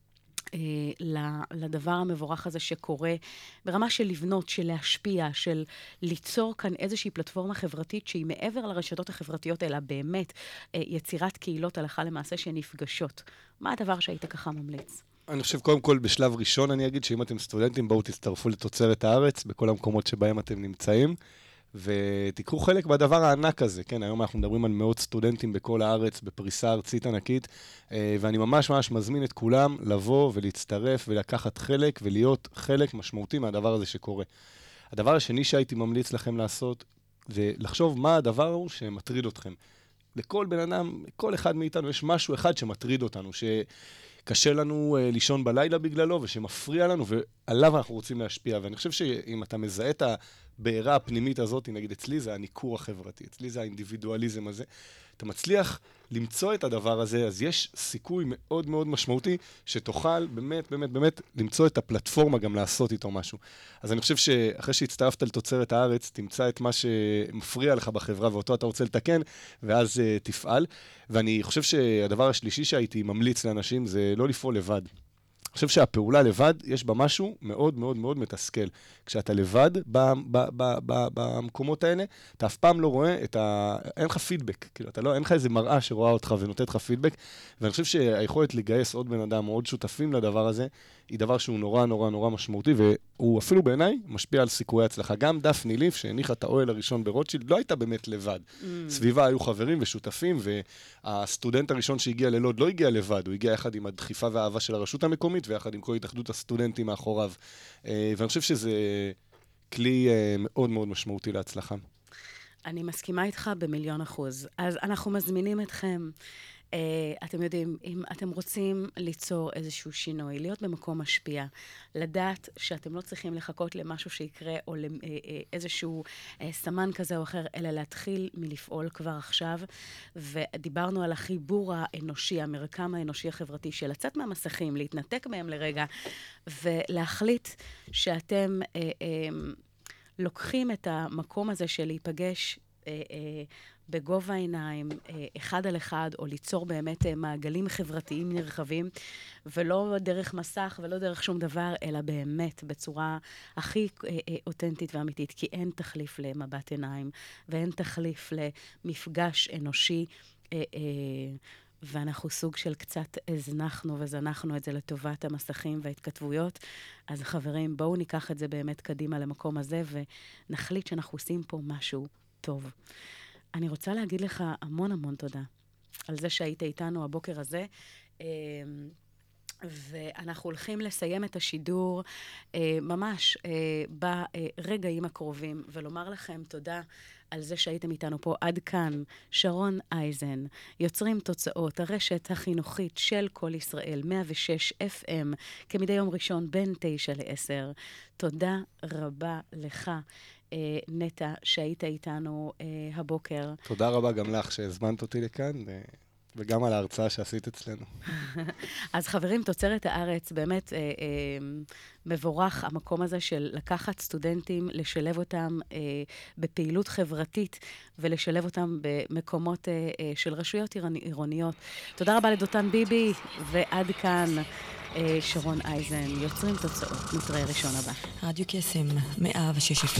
לדבר המבורך הזה שקורה, ברמה של לבנות, של להשפיע, של ליצור כאן איזושהי פלטפורמה חברתית שהיא מעבר לרשתות החברתיות, אלא באמת יצירת קהילות הלכה למעשה שנפגשות. מה הדבר שהיית ככה ממליץ? אני חושב, קודם כל, בשלב ראשון אני אגיד שאם אתם סטודנטים, בואו תצטרפו לתוצרת הארץ, בכל המקומות שבהם אתם נמצאים, ותיקחו חלק בדבר הענק הזה, כן, היום אנחנו מדברים על מאות סטודנטים בכל הארץ, בפריסה ארצית ענקית, ואני ממש מזמין את כולם לבוא ולהצטרף ולקחת חלק ולהיות חלק משמעותי מהדבר הזה שקורה. הדבר השני שהייתי ממליץ לכם לעשות, זה לחשוב מה הדבר הוא שמטריד אתכם. לכל בן אדם, כל אחד מאיתנו, יש משהו אחד שמטריד אותנו, שקשה לנו לישון בלילה בגללו, ושמפריע לנו, ועליו אנחנו רוצים להשפיע. ואני חושב שאם אתה מזהה את הבעירה הפנימית הזאת, נגיד אצלי זה הניכור החברתי, אצלי זה האינדיבידואליזם הזה, אתה מצליח למצוא את הדבר הזה, אז יש סיכוי מאוד מאוד משמעותי שתוכל באמת למצוא את הפלטפורמה גם לעשות איתו משהו. אז אני חושב שאחרי שהצטרפת לתוצרת הארץ, תמצא את מה שמפריע לך בחברה ואותו אתה רוצה לתקן, ואז תפעל. ואני חושב שהדבר השלישי שהייתי ממליץ לאנשים זה לא לפעול לבד. אני חושב שהפעולה לבד, יש בה משהו מאוד מאוד מאוד מתסכל. כשאתה לבד במקומות האלה, אתה אף פעם לא רואה אין לך פידבק. כאילו, אין לך איזה מראה שרואה אותך ונותנת לך פידבק. ואני חושב שהיכולת לגייס עוד בן אדם או עוד שותפים לדבר הזה, היא דבר שהוא נורא נורא נורא משמעותי, והוא אפילו בעיניי משפיע על סיכויי הצלחה. גם דפני ליף, שהניחה את האוהל הראשון ברוטשילד, לא הייתה באמת לבד. סביבה היו חברים ושותפים, והסטודנט הראשון שהגיע ללוד לא הגיע לבד, הוא הגיע יחד עם הדחיפה והאהבה של הרשות המקומית, ויחד עם כל התאחדות הסטודנטים מאחוריו. ואני חושב שזה כלי מאוד מאוד משמעותי להצלחה. אני מסכימה איתך ב1,000,000%. אז אנחנו מזמינים אתכם, אתם יודעים, אם אתם רוצים ליצור איזשהו שינוי, להיות במקום משפיע, לדעת שאתם לא צריכים לחכות למשהו שיקרה, או לאיזשהו סמן כזה או אחר, אלא להתחיל מלפעול כבר עכשיו. ודיברנו על החיבור האנושי, המרקם האנושי החברתי, של לצאת מהמסכים, להתנתק מהם לרגע, ולהחליט שאתם לוקחים את המקום הזה של להיפגש בגובה העיניים, אחד על אחד, או ליצור באמת מעגלים חברתיים נרחבים, ולא דרך מסך ולא דרך שום דבר, אלא באמת בצורה הכי אותנטית ואמיתית, כי אין תחליף למבט עיניים, ואין תחליף למפגש אנושי, ואנחנו סוג של קצת הזנחנו וזנחנו את זה לטובת המסכים וההתכתבויות. אז חברים, בואו ניקח את זה באמת קדימה למקום הזה, ונחליט שאנחנו עושים פה משהו טוב. אני רוצה להגיד לך המון המון תודה על זה שהיית איתנו הבוקר הזה, ואנחנו הולכים לסיים את השידור ממש ברגעים הקרובים, ולומר לכם תודה על זה שהייתם איתנו פה עד כאן. שרון אייזן, יוצרים תוצאות, הרשת החינוכית של כל ישראל, 106 FM, כמדי יום ראשון בין 9 ל-10. תודה רבה לך, נטע, שהיית איתנו הבוקר. תודה רבה גם לך שהזמנת אותי לכאן, וגם על ההרצאה שעשית אצלנו. אז חברים, תוצרת הארץ, באמת מבורך המקום הזה של לקחת סטודנטים, לשלב אותם בפעילות חברתית, ולשלב אותם במקומות של רשויות עירוניות. תודה רבה לדותן ביבי, ועד כאן שרון אייזן, יוצרים תוצאות, נתראה ראשון הבא. רדיו קסם, 106 FM.